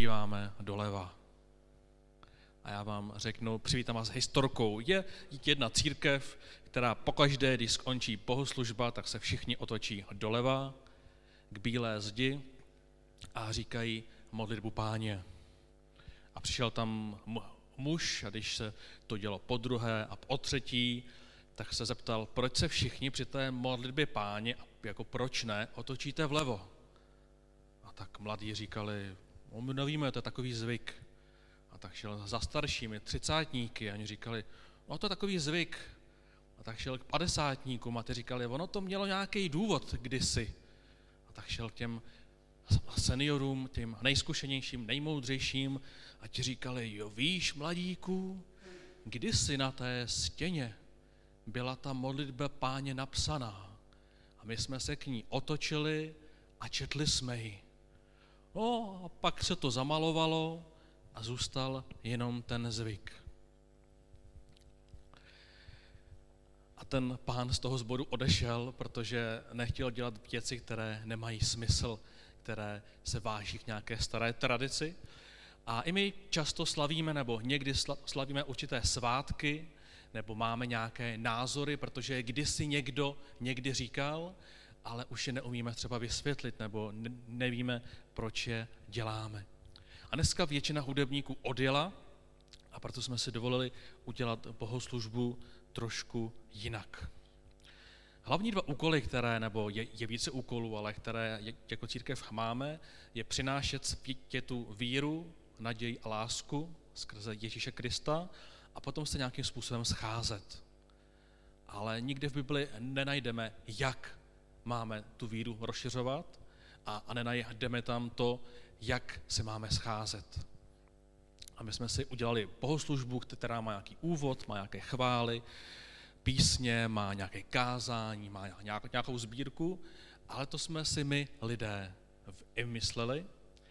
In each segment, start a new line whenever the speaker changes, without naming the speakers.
podíváme doleva. A já vám řeknu, přivítám vás historkou. Je jedna církev, která pokaždé, když skončí bohoslužba, tak se všichni otočí doleva k bílé zdi a říkají modlitbu Páně. A přišel tam muž, a když se to dělo podruhé a potřetí, tak se zeptal, proč se všichni při té modlitbě Páně, jako proč ne, otočíte vlevo. A tak mladí říkali, my nevíme, to je takový zvyk. A tak šel za staršími, třicátníky, a oni říkali, no to je takový zvyk. A tak šel k padesátníkům a ty říkali, ono to mělo nějaký důvod kdysi. A tak šel k těm seniorům, těm nejzkušenějším, nejmoudřejším a ti říkali, jo víš, mladíku, kdysi na té stěně byla ta modlitba Páně napsaná a my jsme se k ní otočili a četli jsme ji. No a pak se to zamalovalo a zůstal jenom ten zvyk. A ten pán z toho sboru odešel, protože nechtěl dělat věci, které nemají smysl, které se váží k nějaké staré tradici. A i my často slavíme, nebo někdy slavíme určité svátky, nebo máme nějaké názory, protože kdysi někdo někdy říkal, ale už je neumíme třeba vysvětlit, nebo nevíme, proč je děláme. A dneska většina hudebníků odjela a proto jsme si dovolili udělat bohoslužbu trošku jinak. Hlavní dva úkoly, nebo je více úkolů, ale které jako církev máme, je přinášet světu víru, naději a lásku skrze Ježíše Krista a potom se nějakým způsobem scházet. Ale nikde v Bibli nenajdeme, jak máme tu víru rozšiřovat a nenajdeme tam to, jak se máme scházet. A my jsme si udělali bohoslužbu, která má nějaký úvod, má nějaké chvály, písně, má nějaké kázání, má nějakou sbírku, ale to jsme si my lidé vymysleli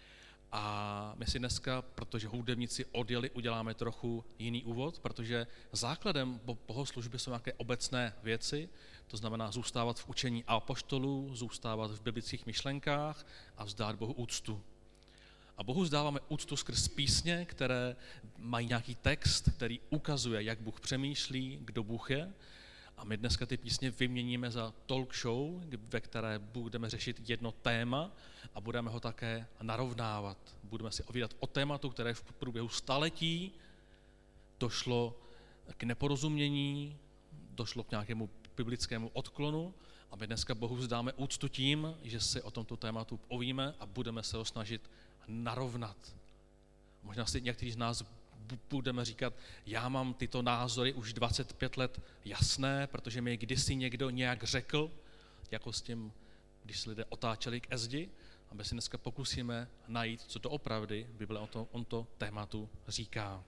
a my si dneska, protože hudebníci odjeli, uděláme trochu jiný úvod, protože základem bohoslužby jsou nějaké obecné věci, to znamená zůstávat v učení apoštolů, zůstávat v biblických myšlenkách a vzdát Bohu úctu. A Bohu vzdáváme úctu skrz písně, které mají nějaký text, který ukazuje, jak Bůh přemýšlí, kdo Bůh je. A my dneska ty písně vyměníme za talk show, ve které budeme řešit jedno téma a budeme ho také narovnávat. Budeme si ovídat o tématu, které v průběhu staletí došlo k neporozumění, došlo k nějakému biblickému odklonu a my dneska Bohu vzdáme úctu tím, že si o tomto tématu povíme a budeme se ho snažit narovnat. Možná si někteří z nás budeme říkat, já mám tyto názory už 25 let jasné, protože mi kdysi někdo nějak řekl, jako s tím, když se lidé otáčeli k ezdi, a my si dneska pokusíme najít, co doopravdy Bible o to tématu říká.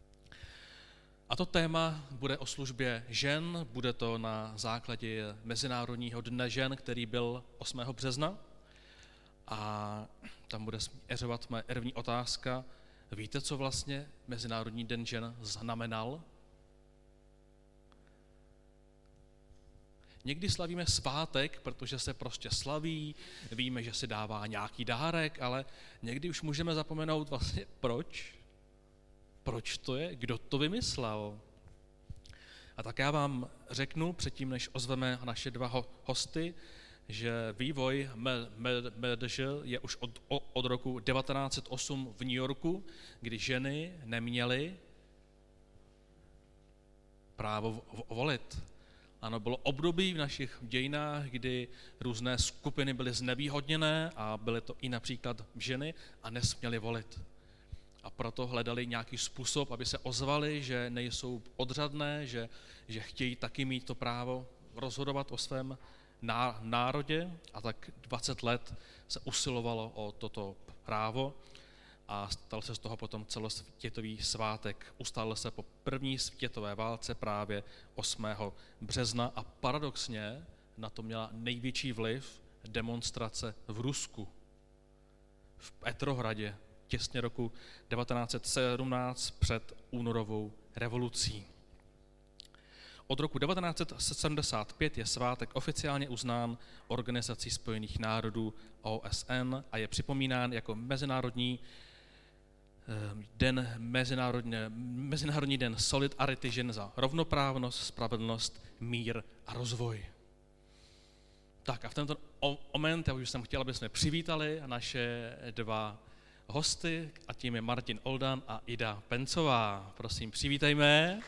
A to téma bude o službě žen, bude to na základě Mezinárodního dne žen, který byl 8. března. A tam bude směřovat moje první otázka. Víte, co vlastně Mezinárodní den žen znamenal? Někdy slavíme svátek, protože se prostě slaví, víme, že se dává nějaký dárek, ale někdy už můžeme zapomenout vlastně proč. Proč to je? Kdo to vymyslel? A tak já vám řeknu, předtím než ozveme naše dva hosty, že vývoj MDŽ je už od roku 1908 v New Yorku, kdy ženy neměly právo volit. Ano, bylo období v našich dějinách, kdy různé skupiny byly znevýhodněné a byly to i například ženy a nesměly volit. A proto hledali nějaký způsob, aby se ozvali, že nejsou podřadné, že chtějí taky mít to právo rozhodovat o svém národě, a tak 20 let se usilovalo o toto právo a stal se z toho potom celosvětový svátek. Ustálil se po první světové válce právě 8. března a paradoxně na to měla největší vliv demonstrace v Rusku, v Petrohradě, těsně roku 1917 před únorovou revolucí. Od roku 1975 je svátek oficiálně uznán Organizací spojených národů OSN a je připomínán jako Mezinárodní Mezinárodní den solidarity žen za rovnoprávnost, spravedlnost, mír a rozvoj. Tak a v tento moment já už jsem chtěl, aby jsme přivítali naše dva hosty, a tím je Martin Oldan a Ida Pencová. Prosím, přivítajme.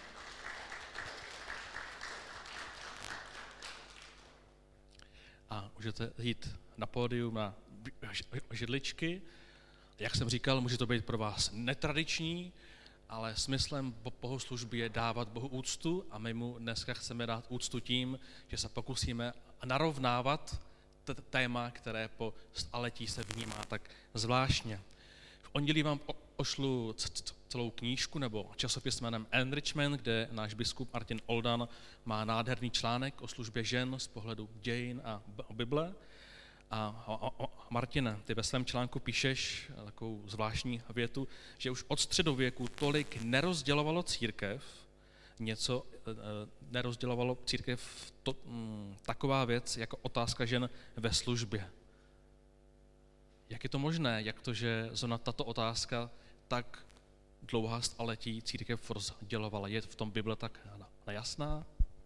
A můžete jít na pódium, na židličky. Jak jsem říkal, může to být pro vás netradiční, ale smyslem bohoslužby je dávat Bohu úctu a my mu dneska chceme dát úctu tím, že se pokusíme narovnávat téma, které po staletí se vnímá tak zvláštně. V pondělí vám pošlu celou knížku nebo časopis jménem Enrichment, kde náš biskup Martin Oldan má nádherný článek o službě žen z pohledu dějin a Bible. A Martine, ty ve svém článku píšeš takovou zvláštní větu, že už od středověku tolik nerozdělovalo církev, něco nerozdělovalo církev taková věc jako otázka žen ve službě. Jak je to možné, jak to, že zrovna tato otázka tak dlouhá staletí církev rozdělovala? Je v tom Bible tak nejasná?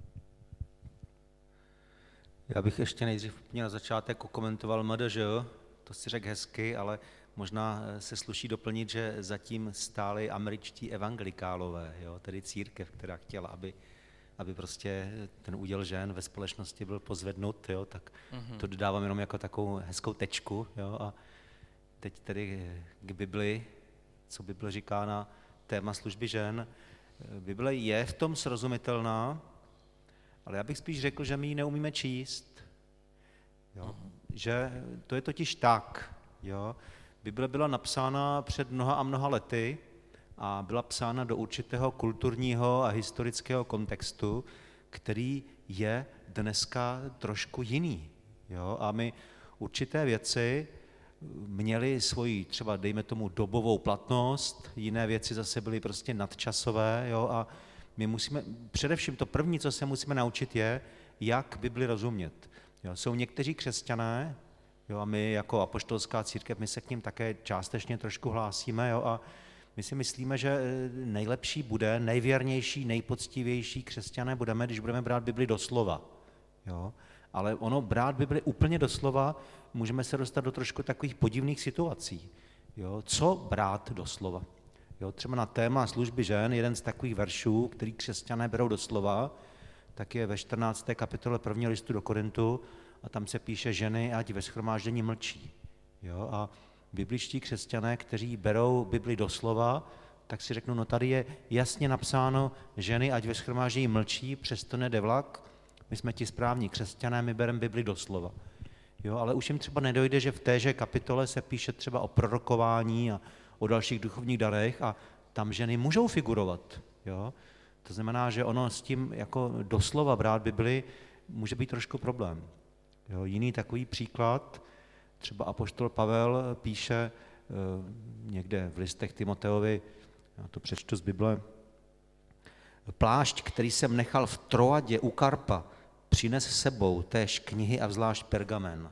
Já bych ještě nejdřív na začátek okomentoval MDŽ, to si řekl hezky, ale možná se sluší doplnit, že zatím stáli američtí evangelikálové, jo, tedy církev, která chtěla, aby prostě ten úděl žen ve společnosti byl pozvednut, jo, tak to dodávám jenom jako takovou hezkou tečku. Jo, a teď tedy k Bibli, co Bible říká na téma služby žen. Bible je v tom srozumitelná, ale já bych spíš řekl, že my ji neumíme číst. Jo? Že to je totiž tak. Jo? Bible byla napsána před mnoha a mnoha lety a byla psána do určitého kulturního a historického kontextu, který je dneska trošku jiný. Jo? A my určité věci měly svoji třeba, dejme tomu, dobovou platnost, jiné věci zase byly prostě nadčasové, jo? A my musíme, především to první, co se musíme naučit, je, jak Bibli rozumět. Jo, jsou někteří křesťané, jo, a my jako apoštolská církev, my se k ním také částečně trošku hlásíme, jo, a my si myslíme, že nejlepší bude, nejvěrnější, nejpoctivější křesťané budeme, když budeme brát Bibli doslova. Jo. Ale ono brát Bibli úplně doslova, můžeme se dostat do trošku takových podivných situací. Jo. Co brát doslova? Jo, třeba na téma služby žen, jeden z takových veršů, který křesťané berou doslova, tak je ve 14. kapitole 1. listu do Korintu a tam se píše ženy, ať ve shromáždění mlčí. Jo, a bibličtí křesťané, kteří berou Bibli doslova, tak si řeknou, no tady je jasně napsáno, ženy, ať ve shromáždění mlčí, přesto nejde vlak, my jsme ti správní křesťané, my bereme Bibli doslova. Jo, ale už jim třeba nedojde, že v téže kapitole se píše třeba o prorokování a o dalších duchovních darech a tam ženy můžou figurovat. Jo? To znamená, že ono s tím jako doslova brát Bibli může být trošku problém. Jo? Jiný takový příklad, třeba apoštol Pavel píše někde v listech Timoteovi, já to přečtu z Bible, plášť, který jsem nechal v Troadě u Karpa, přines s sebou též knihy a zvlášť pergamen.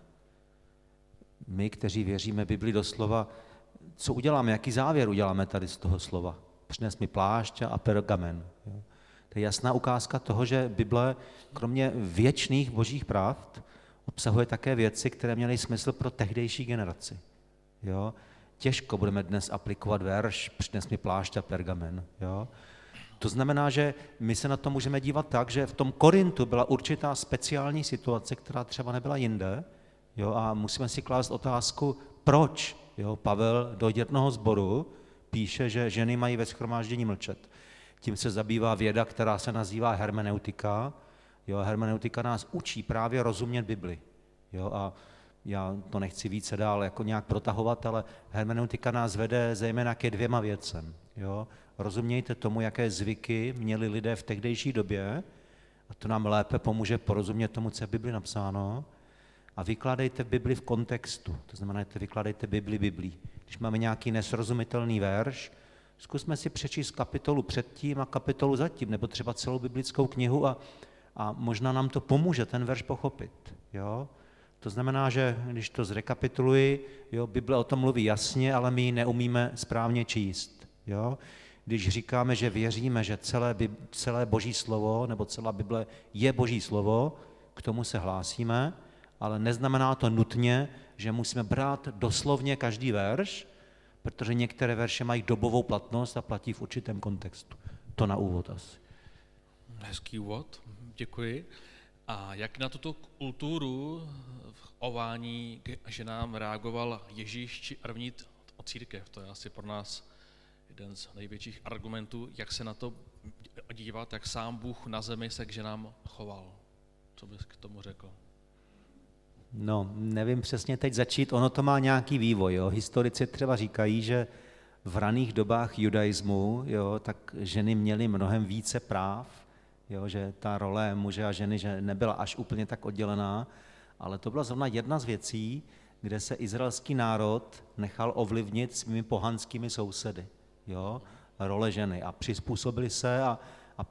My, kteří věříme Bibli doslova, co uděláme, jaký závěr uděláme tady z toho slova? Přines mi plášť a pergamen. Jo. To je jasná ukázka toho, že Bible, kromě věčných božích pravd, obsahuje také věci, které měly smysl pro tehdejší generaci. Jo. Těžko budeme dnes aplikovat verš, přines mi plášť a pergamen. Jo. To znamená, že my se na to můžeme dívat tak, že v tom Korintu byla určitá speciální situace, která třeba nebyla jinde, jo, a musíme si klást otázku, proč. Jo, Pavel do jednoho sboru píše, že ženy mají ve shromáždění mlčet. Tím se zabývá věda, která se nazývá hermeneutika. Jo, hermeneutika nás učí právě rozumět Bibli. Jo, a já to nechci více dál jako nějak protahovat, ale hermeneutika nás vede zejména ke dvěma věcem. Jo. Rozumějte tomu, jaké zvyky měli lidé v tehdejší době, a to nám lépe pomůže porozumět tomu, co je v Bibli napsáno, a vykládejte Bibli v kontextu. To znamená, že vykládejte Bibli. Když máme nějaký nesrozumitelný verš, zkusme si přečíst kapitolu předtím a kapitolu zatím, nebo třeba celou biblickou knihu a možná nám to pomůže ten verš pochopit. Jo? To znamená, že když to zrekapituluji, jo, Bible o tom mluví jasně, ale my ji neumíme správně číst. Jo? Když říkáme, že věříme, že celé Boží slovo nebo celá Bible je Boží slovo, k tomu se hlásíme, ale neznamená to nutně, že musíme brát doslovně každý verš, protože některé verše mají dobovou platnost a platí v určitém kontextu. To na úvod asi.
Hezký úvod, děkuji. A jak na tuto kulturu ování k ženám reagoval Ježíš či první církev? To je asi pro nás jeden z největších argumentů, jak se na to dívat, jak sám Bůh na zemi se k ženám choval. Co bys k tomu řekl?
No, nevím přesně teď začít, ono to má nějaký vývoj. Jo. Historici třeba říkají, že v raných dobách judaismu, jo, tak ženy měly mnohem více práv, jo, že ta role muže a ženy že nebyla až úplně tak oddělená, ale to byla zrovna jedna z věcí, kde se izraelský národ nechal ovlivnit svými pohanskými sousedy. Jo, role ženy a přizpůsobili se a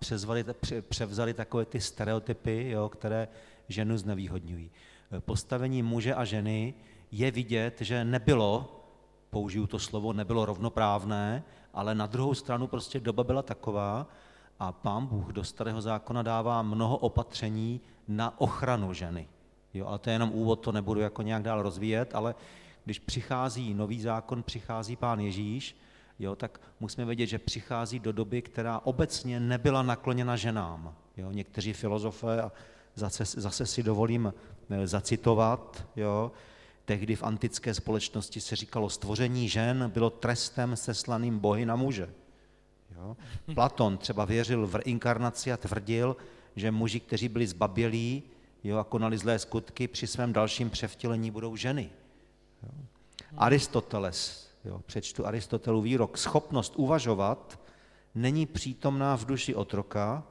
převzali takové ty stereotypy, jo, které ženu znevýhodňují. Postavení muže a ženy je vidět, že nebylo, použiju to slovo, nebylo rovnoprávné, ale na druhou stranu prostě doba byla taková a Pán Bůh do Starého zákona dává mnoho opatření na ochranu ženy. Jo, ale to je jenom úvod, to nebudu jako nějak dál rozvíjet, ale když přichází nový zákon, přichází Pán Ježíš, jo, tak musíme vědět, že přichází do doby, která obecně nebyla nakloněna ženám. Jo, někteří filozofé, a zase si dovolím zacitovat, jo, tehdy v antické společnosti se říkalo, stvoření žen bylo trestem seslaným bohy na muže. Jo. Platon třeba věřil v reinkarnaci a tvrdil, že muži, kteří byli zbabělí, jo, a konali zlé skutky, při svém dalším převtělení budou ženy. Jo. Aristoteles, jo, přečtu Aristotelův výrok, schopnost uvažovat není přítomná v duši otroka,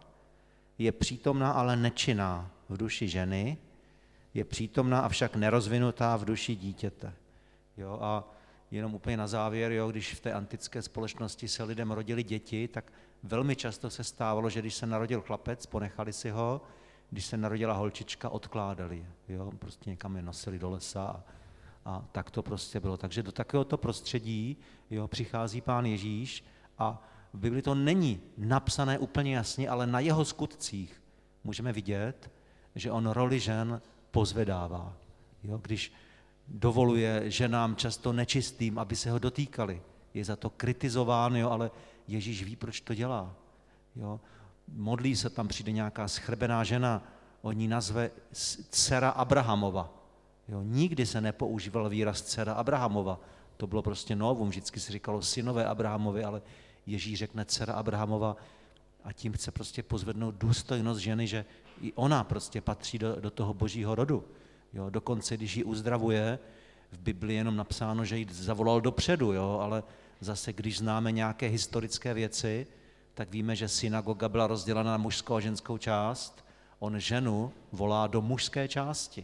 je přítomná, ale nečinná v duši ženy, je přítomná, avšak nerozvinutá v duši dítěte. Jo, a jenom úplně na závěr, jo, když v té antické společnosti se lidem rodili děti, tak velmi často se stávalo, že když se narodil chlapec, ponechali si ho, když se narodila holčička, odkládali je. Jo, prostě někam je nosili do lesa a tak to prostě bylo. Takže do takéhoto prostředí, jo, přichází Pán Ježíš a v Bibli to není napsané úplně jasně, ale na jeho skutcích můžeme vidět, že on roli žen pozvedává. Jo, když dovoluje ženám často nečistým, aby se ho dotýkali, je za to kritizován, jo, ale Ježíš ví, proč to dělá. Jo. Modlí se, tam přijde nějaká schrbená žena, on ji nazve dcera Abrahamova. Jo. Nikdy se nepoužíval výraz dcera Abrahamova. To bylo prostě novum, vždycky se říkalo synové Abrahamovi, ale Ježíš řekne dcera Abrahamova a tím chce prostě pozvednout důstojnost ženy, že i ona prostě patří do toho božího rodu. Jo, dokonce, když ji uzdravuje, v Biblii jenom napsáno, že ji zavolal dopředu, jo, ale zase, když známe nějaké historické věci, tak víme, že synagoga byla rozdělena na mužskou a ženskou část, on ženu volá do mužské části.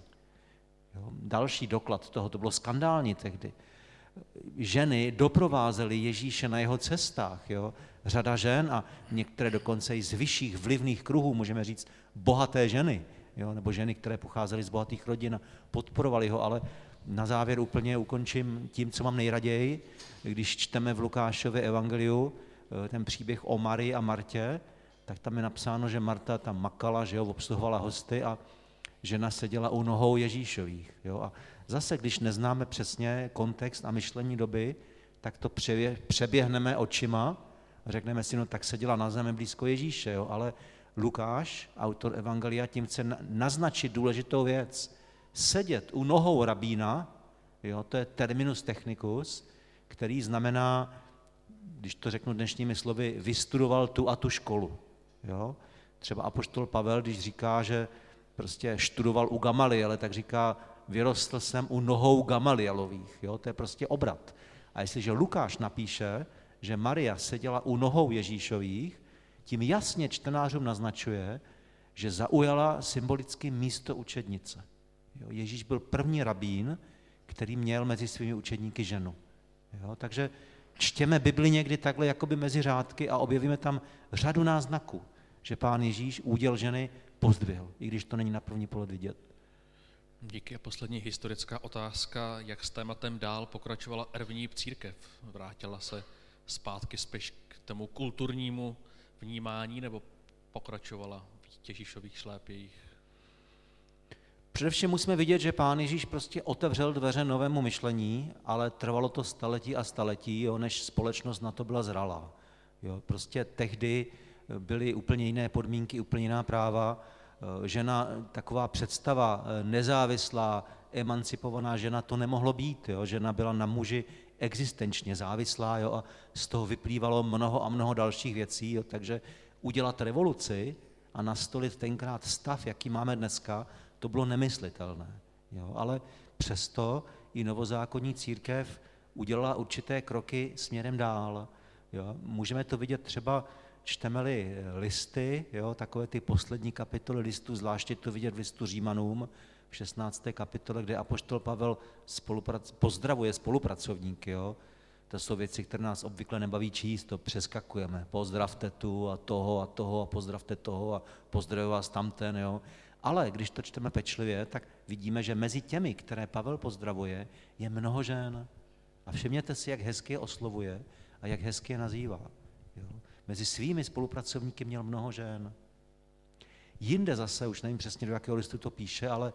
Jo, další doklad toho, to bylo skandální tehdy. Ženy doprovázely Ježíše na jeho cestách, jo, řada žen a některé dokonce i z vyšších vlivných kruhů, můžeme říct, bohaté ženy, jo, nebo ženy, které pocházely z bohatých rodin a podporovali ho, ale na závěr úplně ukončím tím, co mám nejraději, když čteme v Lukášově evangeliu ten příběh o Marii a Martě, tak tam je napsáno, že Marta tam makala, že jo, obsluhovala hosty a žena seděla u nohou Ježíšových. Jo, a zase, když neznáme přesně kontext a myšlení doby, tak to přeběhneme očima a řekneme si, no tak seděla na zemi blízko Ježíše, jo, ale Lukáš, autor evangelia, tím chce naznačit důležitou věc. Sedět u nohou rabína, jo, to je terminus technicus, který znamená, když to řeknu dnešními slovy, vystudoval tu a tu školu. Jo. Třeba apoštol Pavel, když říká, že prostě študoval u Gamaliele, tak říká, vyrostl jsem u nohou Gamalielových. Jo, to je prostě obrat. A jestliže Lukáš napíše, že Maria seděla u nohou Ježíšových, tím jasně čtenářům naznačuje, že zaujala symbolicky místo učednice. Jo, Ježíš byl první rabín, který měl mezi svými učedníky ženu. Jo, takže čtěme Bibli někdy takhle jakoby mezi řádky a objevíme tam řadu náznaků, že Pán Ježíš úděl ženy pozdvihl, i když to není na první pohled vidět.
Díky. A poslední historická otázka, jak s tématem dál pokračovala ervní církev? Vrátila se zpátky spíš k tomu kulturnímu vnímání nebo pokračovala v Ježíšových šlépějích?
Především musíme vidět, že Pán Ježíš prostě otevřel dveře novému myšlení, ale trvalo to staletí a staletí, jo, než společnost na to byla zralá. Jo, prostě tehdy byly úplně jiné podmínky, úplně jiná práva. Žena, taková představa nezávislá, emancipovaná žena, to nemohlo být. Jo. Žena byla na muži existenčně závislá, jo, a z toho vyplývalo mnoho a mnoho dalších věcí. Jo, takže udělat revoluci a nastolit tenkrát stav, jaký máme dneska, to bylo nemyslitelné. Jo. Ale přesto i novozákonní církev udělala určité kroky směrem dál. Jo. Můžeme to vidět třeba, čteme-li listy, jo, takové ty poslední kapitoly listů, zvláště to vidět v listu Římanům, v 16. kapitole, kde apoštol Pavel pozdravuje spolupracovníky. Jo. To jsou věci, které nás obvykle nebaví číst, to přeskakujeme. Pozdravte tu a toho a pozdravte toho a pozdravuje vás tamten. Jo. Ale když to čteme pečlivě, tak vidíme, že mezi těmi, které Pavel pozdravuje, je mnoho žen. A všimněte si, jak hezky je oslovuje a jak hezky je nazývá. Jo. Mezi svými spolupracovníky měl mnoho žen. Jinde zase, už nevím přesně, do jakého listu to píše, ale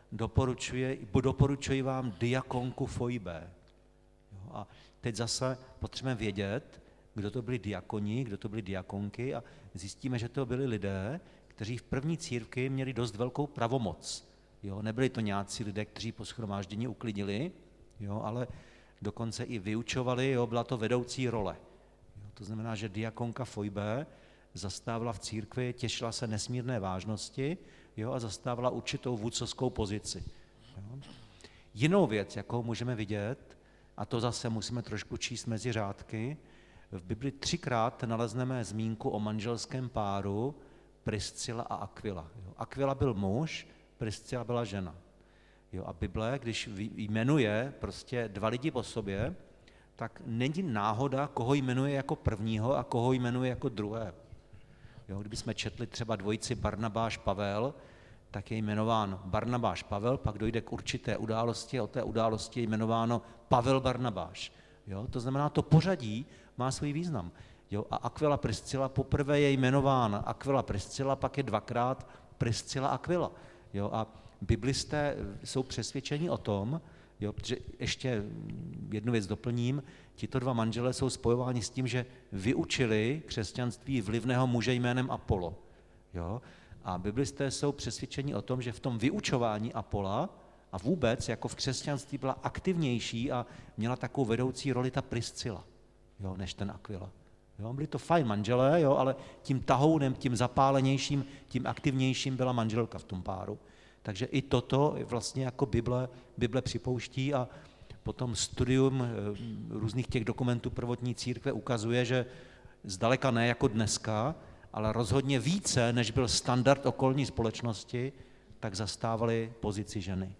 doporučuji vám diakonku Foibe. Jo. A teď zase potřebujeme vědět, kdo to byli diakoni, kdo to byly diakonky a zjistíme, že to byli lidé, kteří v první církvi měli dost velkou pravomoc. Jo. Nebyli to nějací lidé, kteří po shromáždění uklidili, jo, ale dokonce i vyučovali, jo, byla to vedoucí role. Jo, to znamená, že diakonka Foibe zastávala v církvi, těšila se nesmírné vážnosti, jo, a zastávala určitou vůdcovskou pozici. Jo. Jinou věc, jakou můžeme vidět, a to zase musíme trošku číst mezi řádky, v Bibli 3krát nalezneme zmínku o manželském páru Priscila a Aquila. Jo. Aquila byl muž, Priscila byla žena. Jo, a Bible, když jmenuje prostě dva lidi po sobě, tak není náhoda, koho jmenuje jako prvního a koho jmenuje jako druhého. Jo, kdybychom četli třeba dvojici Barnabáš Pavel, tak je jmenován Barnabáš Pavel, pak dojde k určité události a o té události je jmenováno Pavel Barnabáš. Jo, to znamená, to pořadí má svůj význam. Jo, a Aquila Priscila, poprvé je jmenován Aquila Priscila, pak je dvakrát Priscila Aquila. Jo, a biblisté jsou přesvědčeni o tom, jo, protože ještě jednu věc doplním, tito dva manželé jsou spojováni s tím, že vyučili křesťanství vlivného muže jménem Apollo. Jo, a biblisté jsou přesvědčeni o tom, že v tom vyučování Apolla a vůbec jako v křesťanství byla aktivnější a měla takovou vedoucí roli ta Priscila, jo, než ten Aquila. Jo, byli to fajn manželé, jo, ale tím tahounem, tím zapálenějším, tím aktivnějším byla manželka v tom páru. Takže i toto vlastně jako Bible připouští a potom studium různých těch dokumentů prvotní církve ukazuje, že zdaleka ne jako dneska, ale rozhodně více, než byl standard okolní společnosti, tak zastávaly pozici ženy.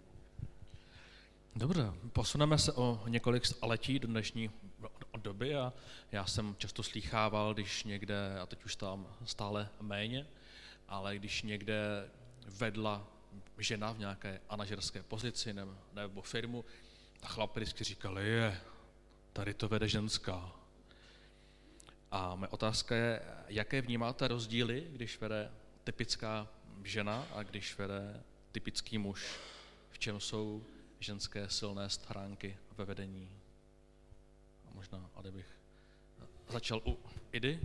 Dobře, posuneme se o několik staletí do dnešní doby a já jsem často slýchával, když někde, a teď už tam stále méně, ale když někde vedla žena v nějaké manažerské pozici nebo firmu, a chlapi vždycky říkali, tady to vede ženská. A moje otázka je, jaké vnímáte rozdíly, když vede typická žena a když vede typický muž? V čem jsou ženské silné stránky ve vedení? A možná, bych začal u Idy.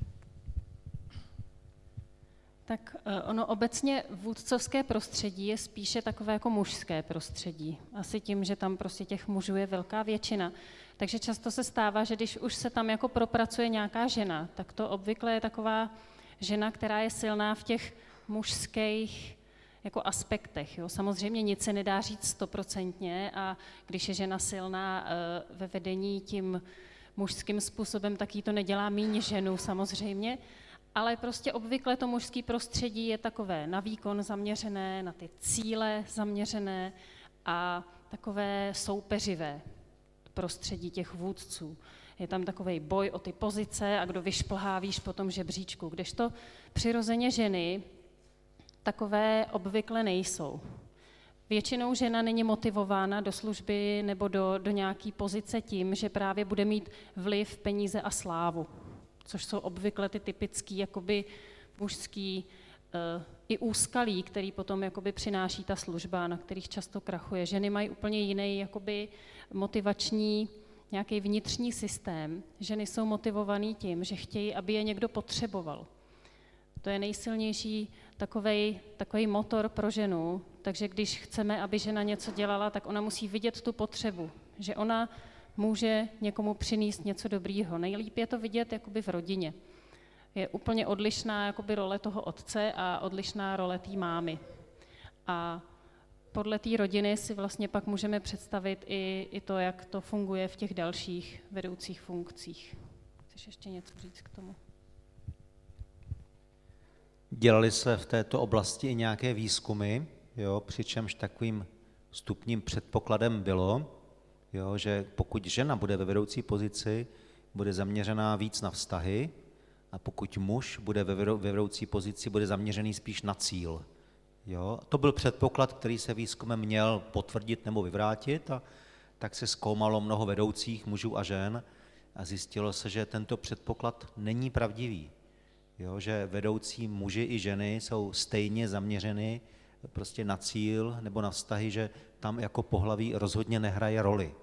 Tak ono obecně vůdcovské prostředí je spíše takové jako mužské prostředí. Asi tím, že tam prostě těch mužů je velká většina. Takže často se stává, že když už se tam jako propracuje nějaká žena, tak to obvykle je taková žena, která je silná v těch mužských jako aspektech. Jo. Samozřejmě nic se nedá říct 100% a když je žena silná ve vedení tím mužským způsobem, tak jí to nedělá míň ženu samozřejmě, ale prostě obvykle to mužské prostředí je takové na výkon zaměřené, na ty cíle zaměřené a takové soupeřivé prostředí těch vůdců. Je tam takovej boj o ty pozice a kdo vyšplhá výš po tom žebříčku. Kdežto přirozeně ženy takové obvykle nejsou. Většinou žena není motivována do služby nebo do nějaké pozice tím, že právě bude mít vliv, peníze a slávu, což jsou obvykle ty typický jakoby mužský i úskalí, který potom jakoby přináší ta služba, na kterých často krachuje. Ženy mají úplně jiný jakoby motivační nějaký vnitřní systém. Ženy jsou motivovaný tím, že chtějí, aby je někdo potřeboval. To je nejsilnější takovej motor pro ženu, takže když chceme, aby žena něco dělala, tak ona musí vidět tu potřebu, že ona může někomu přinést něco dobrýho. Nejlíp je to vidět jakoby v rodině. Je úplně odlišná jakoby role toho otce a odlišná role té mámy. A podle té rodiny si vlastně pak můžeme představit i to, jak to funguje v těch dalších vedoucích funkcích. Chceš ještě něco říct k tomu?
Dělali se v této oblasti i nějaké výzkumy, přičemž takovým vstupním předpokladem bylo, že pokud žena bude ve vedoucí pozici, bude zaměřená víc na vztahy, a pokud muž bude ve vedoucí pozici, bude zaměřený spíš na cíl. To byl předpoklad, který se výzkumem měl potvrdit nebo vyvrátit, a tak se zkoumalo mnoho vedoucích mužů a žen a zjistilo se, že tento předpoklad není pravdivý. Že vedoucí muži i ženy jsou stejně zaměřeny prostě na cíl nebo na vztahy, že tam jako pohlaví rozhodně nehraje roli.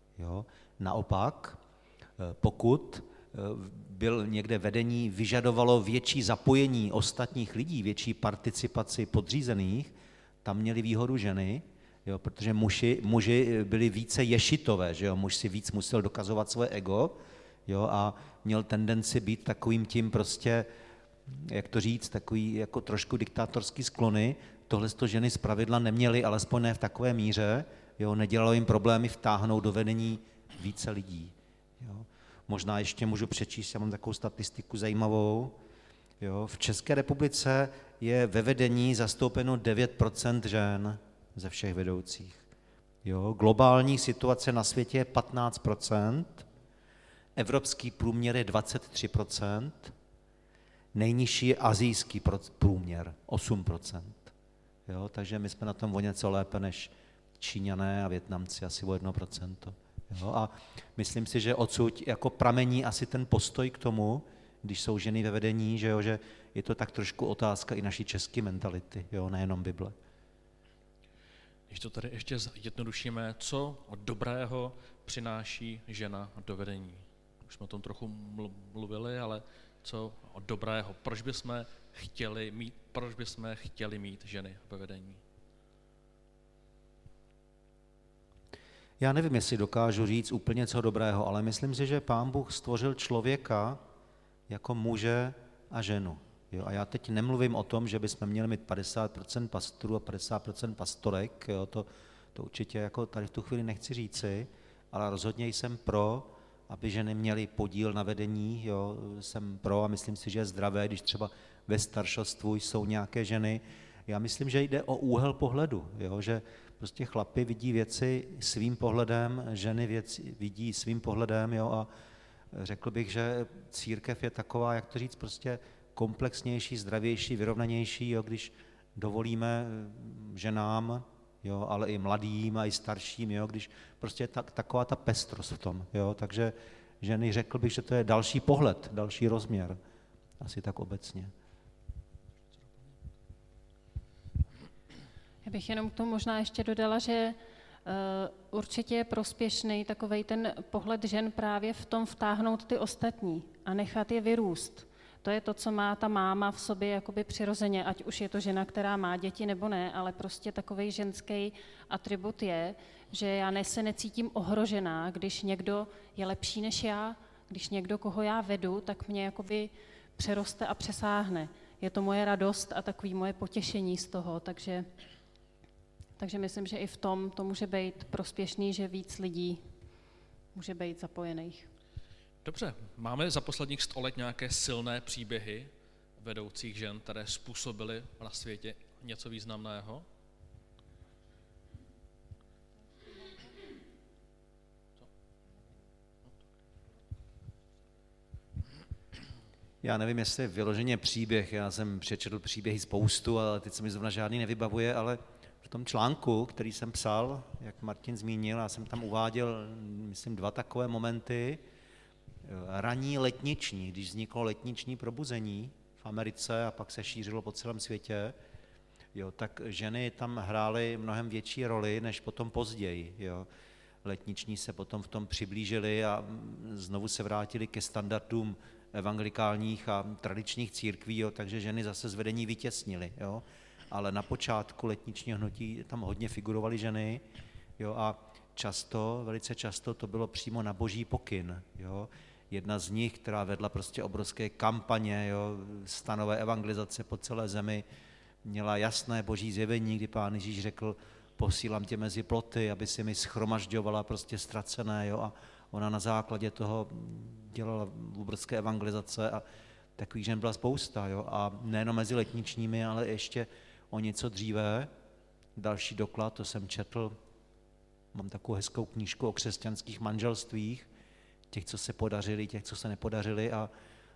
Naopak, pokud byl někde vedení, vyžadovalo větší zapojení ostatních lidí, větší participaci podřízených, tam měly výhodu ženy, protože muži byli více ješitové, že muž si víc musel dokazovat svoje ego, a měl tendenci být takovým tím prostě, jak to říct, takový jako trošku diktátorský sklony. Tohle to ženy zpravidla neměly, alespoň ne v takové míře, nedělalo jim problémy vtáhnout do vedení více lidí. Možná ještě můžu přečíst, já mám takovou statistiku zajímavou. V České republice je ve vedení zastoupeno 9% žen ze všech vedoucích. Globální situace na světě je 15%, evropský průměr je 23%, nejnižší je asijský průměr 8%. Takže my jsme na tom o něco lépe než Číňané a Vietnamci, asi o 1%. A myslím si, že odsud jako pramení asi ten postoj k tomu, když jsou ženy ve vedení, že je to tak trošku otázka i naší české mentality, nejenom Bible.
Když to tady ještě zjednodušíme, co dobrého přináší žena do vedení? Už jsme o tom trochu mluvili, ale co dobrého? Proč bychom chtěli mít ženy ve vedení?
Já nevím, jestli dokážu říct úplně co dobrého, ale myslím si, že Pán Bůh stvořil člověka jako muže a ženu. A já teď nemluvím o tom, že bychom měli mít 50% pastorů a 50% pastorek, to určitě jako tady v tu chvíli nechci říci, ale rozhodně jsem pro, aby ženy měly podíl na vedení, jsem pro a myslím si, že je zdravé, když třeba ve staršostvu jsou nějaké ženy. Já myslím, že jde o úhel pohledu, že prostě chlapi vidí věci svým pohledem, ženy věci vidí svým pohledem, a řekl bych, že církev je taková, jak to říct, prostě komplexnější, zdravější, vyrovnanější, když dovolíme ženám, ale i mladým a i starším, když prostě je taková ta pestrost v tom. Takže ženy, řekl bych, že to je další pohled, další rozměr, asi tak obecně.
Já bych jenom k tomu možná ještě dodala, že určitě je prospěšný takovej ten pohled žen právě v tom vtáhnout ty ostatní a nechat je vyrůst. To je to, co má ta máma v sobě jakoby přirozeně, ať už je to žena, která má děti nebo ne, ale prostě takovej ženský atribut je, že já se necítím ohrožená, když někdo je lepší než já, když někdo, koho já vedu, tak mě jakoby přeroste a přesáhne. Je to moje radost a takový moje potěšení z toho, takže myslím, že i v tom to může být prospěšný, že víc lidí může být zapojených.
Dobře, máme za posledních 100 let nějaké silné příběhy vedoucích žen, které způsobily na světě něco významného?
Já nevím, jestli je vyloženě příběh, já jsem přečetl příběhy spoustu, ale teď se mi zrovna žádný nevybavuje, ale v tom článku, který jsem psal, jak Martin zmínil, já jsem tam uváděl, myslím, 2 takové momenty. Ranní letniční, když vzniklo letniční probuzení v Americe a pak se šířilo po celém světě, jo, tak ženy tam hrály mnohem větší roli než potom později. Jo. Letniční se potom v tom přiblížili a znovu se vrátili ke standardům evangelikálních a tradičních církví, jo, takže ženy zase z vedení vytěsnily. Jo. Ale na počátku letničního hnutí tam hodně figurovaly ženy, jo, a velice často to bylo přímo na boží pokyn. Jo. Jedna z nich, která vedla prostě obrovské kampaně, jo, stanové evangelizace po celé zemi, měla jasné boží zjevení, kdy Pán Ježíš řekl, posílám tě mezi ploty, aby si mi shromažďovala prostě ztracené, jo, a ona na základě toho dělala obrovské evangelizace a takových žen byla spousta, jo, a nejenom mezi letničními, ale ještě o něco dříve. Další doklad, to jsem četl, mám takovou hezkou knížku o křesťanských manželstvích, těch, co se podařili, těch, co se nepodařili, a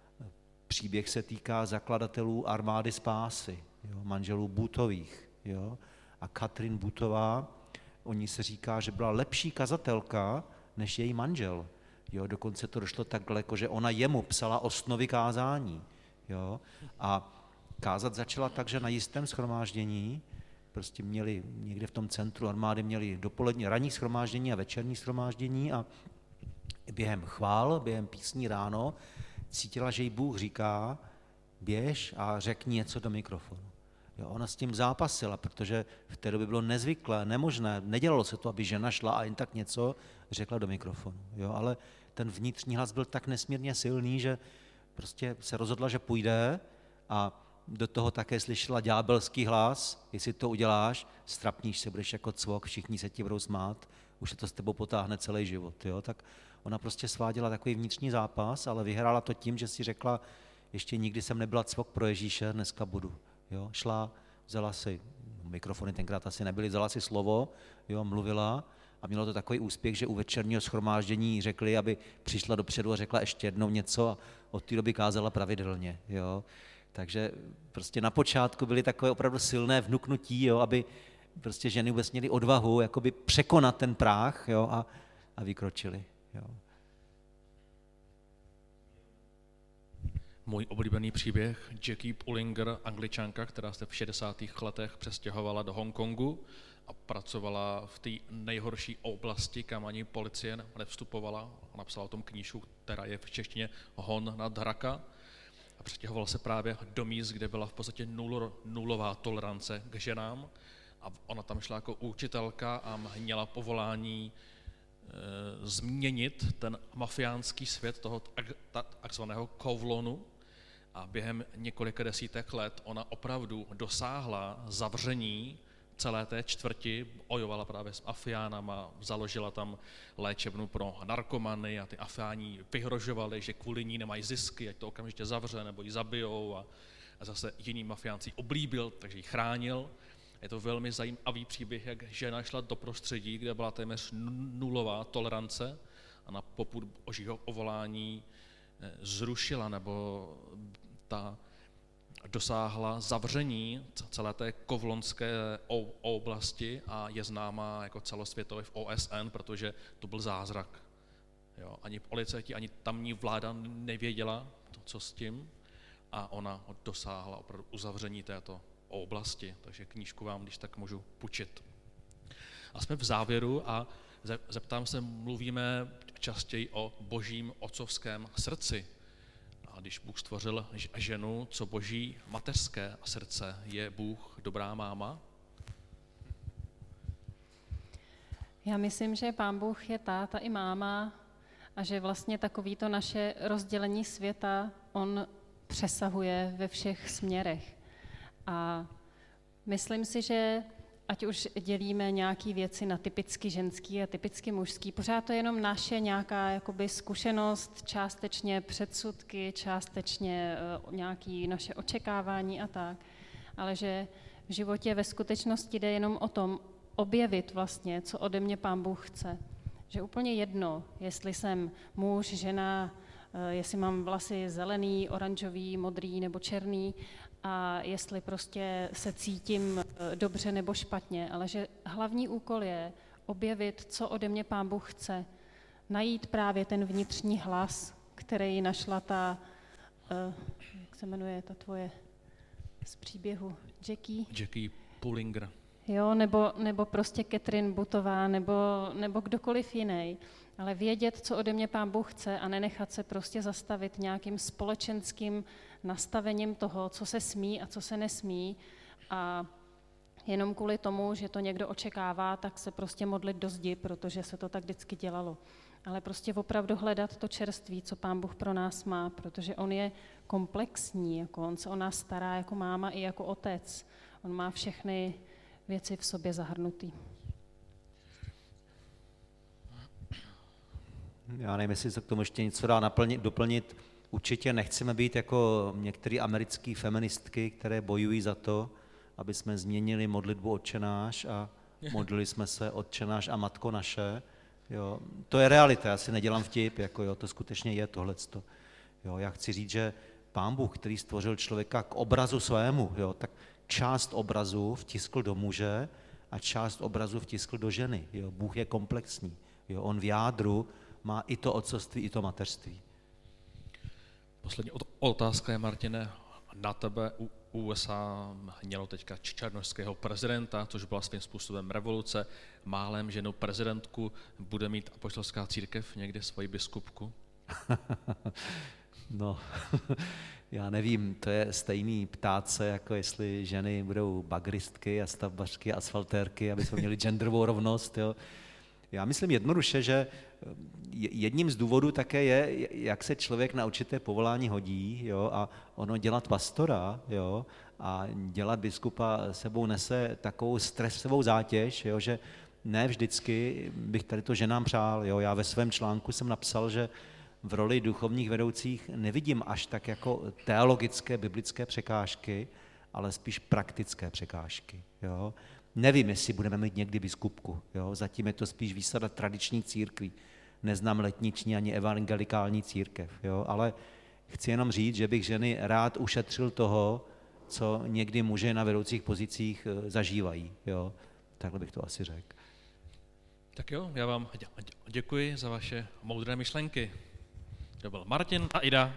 příběh se týká zakladatelů armády spásy, jo, manželů Bootových. Jo. A Katrin Bootová, o ní se říká, že byla lepší kazatelka než její manžel. Jo. Dokonce to došlo tak daleko, že ona jemu psala osnovy kázání. Jo. A kázat začala tak, že na jistém shromáždění, prostě měli někde v tom centru armády, měli dopolední ranní shromáždění a večerní shromáždění a během chvál, během písní ráno cítila, že jí Bůh říká, běž a řekni něco do mikrofonu. Jo, ona s tím zápasila, protože v té době bylo nezvyklé, nemožné, nedělalo se to, aby žena šla a jen tak něco řekla do mikrofonu. Jo, ale ten vnitřní hlas byl tak nesmírně silný, že prostě se rozhodla, že půjde, a do toho také slyšela ďábelský hlas, jestli to uděláš, strapníš se, budeš jako cvok, všichni se ti budou smát, už se to s tebou potáhne celý život. Jo? Tak ona prostě sváděla takový vnitřní zápas, ale vyhrála to tím, že si řekla, ještě nikdy jsem nebyla cvok pro Ježíše, dneska budu. Jo? Šla, vzala si, mikrofony tenkrát asi nebyly, vzala si slovo, jo, mluvila, a mělo to takový úspěch, že u večerního shromáždění řekli, aby přišla dopředu a řekla ještě jednou něco, a od té doby kázala pravidelně. Jo? Takže prostě na počátku byly takové opravdu silné vnuknutí, jo, aby prostě ženy vůbec měly odvahu jakoby překonat ten práh, jo, a vykročili. Jo.
Můj oblíbený příběh, Jackie Pullinger, Angličanka, která se v 60. letech přestěhovala do Hongkongu a pracovala v té nejhorší oblasti, kam ani policie nevstupovala. Napsala o tom knížku, která je v češtině Hon nad Raka. A přestěhovala se právě do míst, kde byla v podstatě nulová tolerance k ženám. A ona tam šla jako učitelka a měla povolání změnit ten mafiánský svět toho takzvaného Kowloonu. A během několika desítek let ona opravdu dosáhla zavření celé té čtvrti, bojovala právě s mafiánama, založila tam léčebnu pro narkomany a ty mafiáni vyhrožovali, že kvůli ní nemají zisky, ať to okamžitě zavře nebo ji zabijou, a zase jiný mafiánci oblíbil, takže ji chránil. Je to velmi zajímavý příběh, jak žena šla do prostředí, kde byla téměř nulová tolerance, a na popud božího povolání zrušila nebo dosáhla zavření celé té kovlonské oblasti a je známá jako celosvětově v OSN, protože to byl zázrak. Jo, ani policajti, ani tamní vláda nevěděla, co s tím, a ona dosáhla opravdu uzavření této oblasti, takže knížku vám, když tak můžu půjčit. A jsme v závěru a zeptám se, mluvíme častěji o božím otcovském srdci. A když Bůh stvořil ženu, co boží mateřské srdce, je Bůh dobrá máma?
Já myslím, že Pán Bůh je táta i máma a že vlastně takovýto naše rozdělení světa on přesahuje ve všech směrech. A myslím si, že ať už dělíme nějaké věci na typicky ženský a typicky mužský, pořád to je jenom naše nějaká jakoby zkušenost, částečně předsudky, částečně nějaké naše očekávání a tak, ale že v životě ve skutečnosti jde jenom o tom objevit vlastně, co ode mě Pán Bůh chce. Že úplně jedno, jestli jsem muž, žena, jestli mám vlasy zelený, oranžový, modrý nebo černý, a jestli prostě se cítím dobře nebo špatně, ale že hlavní úkol je objevit, co ode mě Pán Bůh chce. Najít právě ten vnitřní hlas, který našla ta, jak se jmenuje ta tvoje z příběhu,
Jackie Pullinger.
Jo, nebo prostě Catherine Butová, nebo kdokoliv jiný. Ale vědět, co ode mě Pán Bůh chce a nenechat se prostě zastavit nějakým společenským nastavením toho, co se smí a co se nesmí. A jenom kvůli tomu, že to někdo očekává, tak se prostě modlit do zdi, protože se to tak vždycky dělalo. Ale prostě opravdu hledat to čerství, co Pán Bůh pro nás má, protože on je komplexní, jako on se o nás stará jako máma i jako otec. On má všechny věci v sobě zahrnutý.
Já nevím, jestli se k tomu ještě něco dá doplnit. Určitě nechceme být jako některé americké feministky, které bojují za to, aby jsme změnili modlitbu Otče náš a modlili jsme se Otče náš a Matko naše. Jo. To je realita, já si nedělám vtip, jako jo, to skutečně je tohleto. Jo, já chci říct, že Pán Bůh, který stvořil člověka k obrazu svému, jo, tak část obrazu vtiskl do muže a část obrazu vtiskl do ženy. Jo. Bůh je komplexní. Jo. On v jádru má i to otcovství, i to mateřství.
Poslední otázka je, Martine, na tebe. USA mělo teďka černošského prezidenta, což byla svým způsobem revoluce. Málem ženou prezidentku bude mít apoštolská církev někdy svoji biskupku?
No, já nevím, to je stejný ptát se, jako jestli ženy budou bagristky a stavbařky, asfaltérky, aby jsme měli genderovou rovnost. Jo. Já myslím jednoduše, že jedním z důvodů také je, jak se člověk na určité povolání hodí, jo, a ono dělat pastora, jo, a dělat biskupa sebou nese takovou stresovou zátěž, jo, že ne vždycky bych tady to ženám přál. Jo. Já ve svém článku jsem napsal, že v roli duchovních vedoucích nevidím až tak jako teologické, biblické překážky, ale spíš praktické překážky. Jo. Nevím, jestli budeme mít někdy biskupku. Jo. Zatím je to spíš výsada tradičních církví. Neznám letniční ani evangelikální církev. Jo. Ale chci jenom říct, že bych ženy rád ušetřil toho, co někdy muži na vedoucích pozicích zažívají. Jo. Takhle bych to asi řekl.
Tak jo, já vám děkuji za vaše moudré myšlenky. To byl Martin a Ida.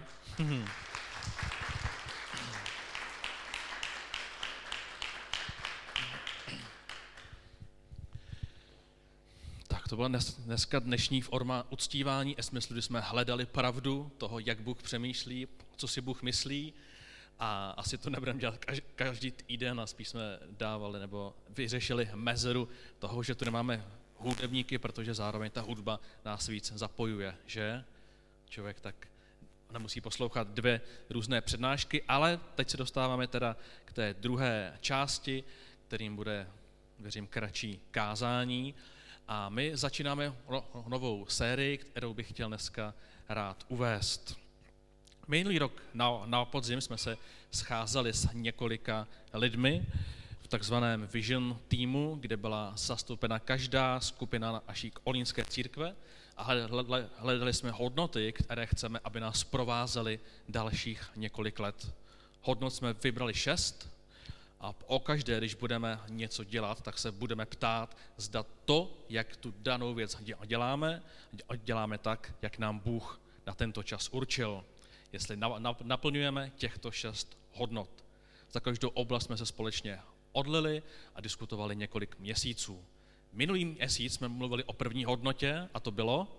Tak to byla dneska dnešní forma uctívání, smyslu, kdy jsme hledali pravdu toho, jak Bůh přemýšlí, co si Bůh myslí. A asi to nebudeme dělat každý týden, a spíš jsme dávali nebo vyřešili mezeru toho, že tu nemáme hudebníky, protože zároveň ta hudba nás víc zapojuje, že? Člověk tak nemusí poslouchat dvě různé přednášky, ale teď se dostáváme teda k té druhé části, kterým bude, věřím, kratší kázání. A my začínáme novou sérii, kterou bych chtěl dneska rád uvést. Minulý rok na podzim jsme se scházeli s několika lidmi v takzvaném Vision týmu, kde byla zastoupena každá skupina naší kolínské církve a hledali jsme hodnoty, které chceme, aby nás provázely dalších několik let. Hodnot jsme vybrali 6 a o každé, když budeme něco dělat, tak se budeme ptát, zda to, jak tu danou věc děláme tak, jak nám Bůh na tento čas určil. Jestli naplňujeme těchto 6 hodnot. Za každou oblast jsme se společně odlili a diskutovali několik měsíců. Minulý měsíc jsme mluvili o první hodnotě a to bylo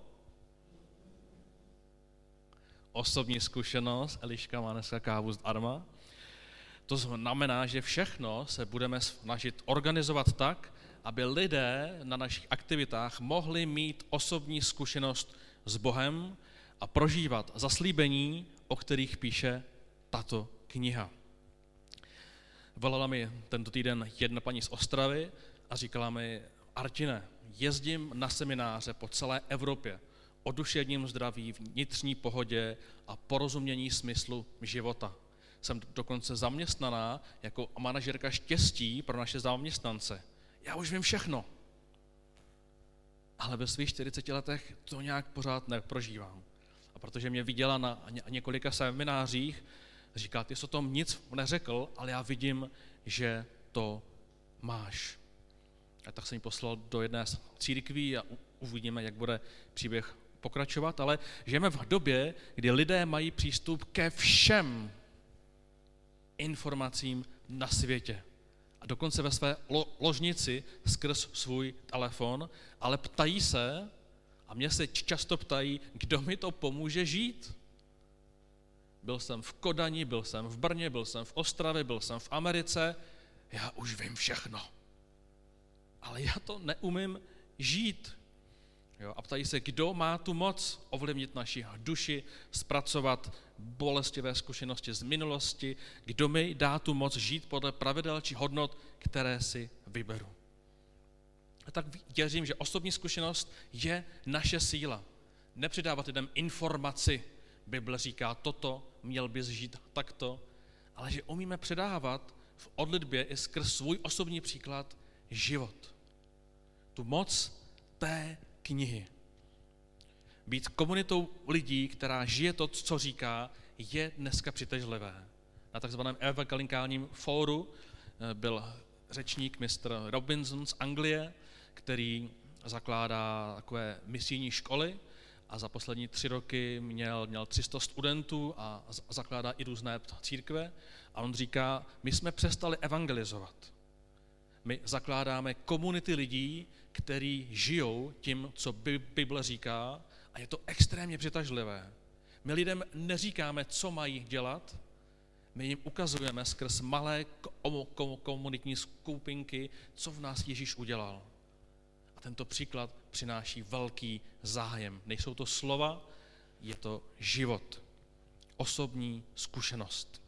osobní zkušenost. Eliška má dneska kávu zdarma. To znamená, že všechno se budeme snažit organizovat tak, aby lidé na našich aktivitách mohli mít osobní zkušenost s Bohem a prožívat zaslíbení, o kterých píše tato kniha. Volala mi tento týden jedna paní z Ostravy a říkala mi: Artine, jezdím na semináře po celé Evropě o duševním zdraví, vnitřní pohodě a porozumění smyslu života. Jsem dokonce zaměstnaná jako manažerka štěstí pro naše zaměstnance. Já už vím všechno. Ale ve svých 40 letech to nějak pořád neprožívám. A protože mě viděla na několika seminářích, Říká, ty jsi o tom nic neřekl, ale já vidím, že to máš. A tak jsem ji poslal do jedné z církví a uvidíme, jak bude příběh pokračovat, ale žijeme v době, kdy lidé mají přístup ke všem informacím na světě. A dokonce ve své ložnici skrz svůj telefon, ale ptají se, a mě se často ptají, kdo mi to pomůže žít. Byl jsem v Kodani, byl jsem v Brně, byl jsem v Ostravě, byl jsem v Americe, já už vím všechno. Ale já to neumím žít. Jo, a ptají se, kdo má tu moc ovlivnit naši duši, zpracovat bolestivé zkušenosti z minulosti, kdo mi dá tu moc žít podle pravidel či hodnot, které si vyberu. A tak věřím, že osobní zkušenost je naše síla. Nepředávat lidem informaci, Bible říká toto, měl bys žít takto, ale že umíme předávat v odlitbě i skrz svůj osobní příklad život. Tu moc té knihy. Být komunitou lidí, která žije to, co říká, je dneska přitažlivé. Na takzvaném evangelikálním fóru byl řečník Mr. Robinson z Anglie, který zakládá takové misijní školy a za poslední 3 roky měl 300 studentů a zakládá i různé církve. A on říká, my jsme přestali evangelizovat. My zakládáme komunity lidí, kteří žijou tím, co Bible říká, a je to extrémně přitažlivé. My lidem neříkáme, co mají dělat, my jim ukazujeme skrz malé komunitní skupinky, co v nás Ježíš udělal. A tento příklad přináší velký zájem. Nejsou to slova, je to život, osobní zkušenost.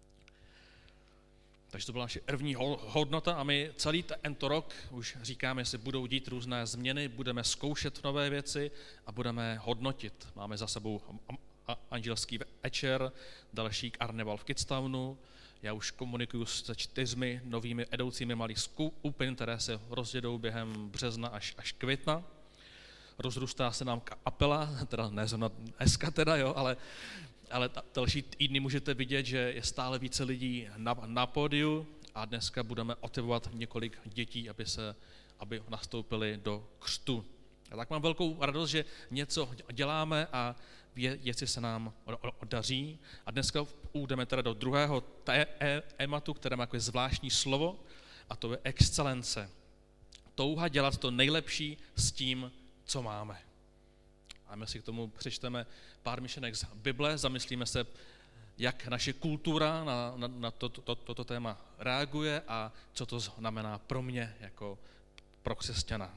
Takže to byla naše první hodnota a my celý tento rok už říkáme, že se budou dít různé změny, budeme zkoušet nové věci a budeme hodnotit. Máme za sebou andělský večer, další karneval v Kidstownu. Já už komunikuju se 4 novými edoucími malých skupin, které se rozjedou během března až května. Rozrůstá se nám kapela, teda ne zrovna dneska teda, jo, ale další týdny můžete vidět, že je stále více lidí na pódiu a dneska budeme otevovat několik dětí, aby nastoupili do křtu. A tak mám velkou radost, že něco děláme a věci se nám daří. A dneska půjdeme teda do druhého tématu, které má takové zvláštní slovo, a to je excelence. Touha dělat to nejlepší s tím, co máme. A my si k tomu přečteme pár myšlenek z Bible, zamyslíme se, jak naše kultura na toto téma reaguje a co to znamená pro mě jako pro křesťana.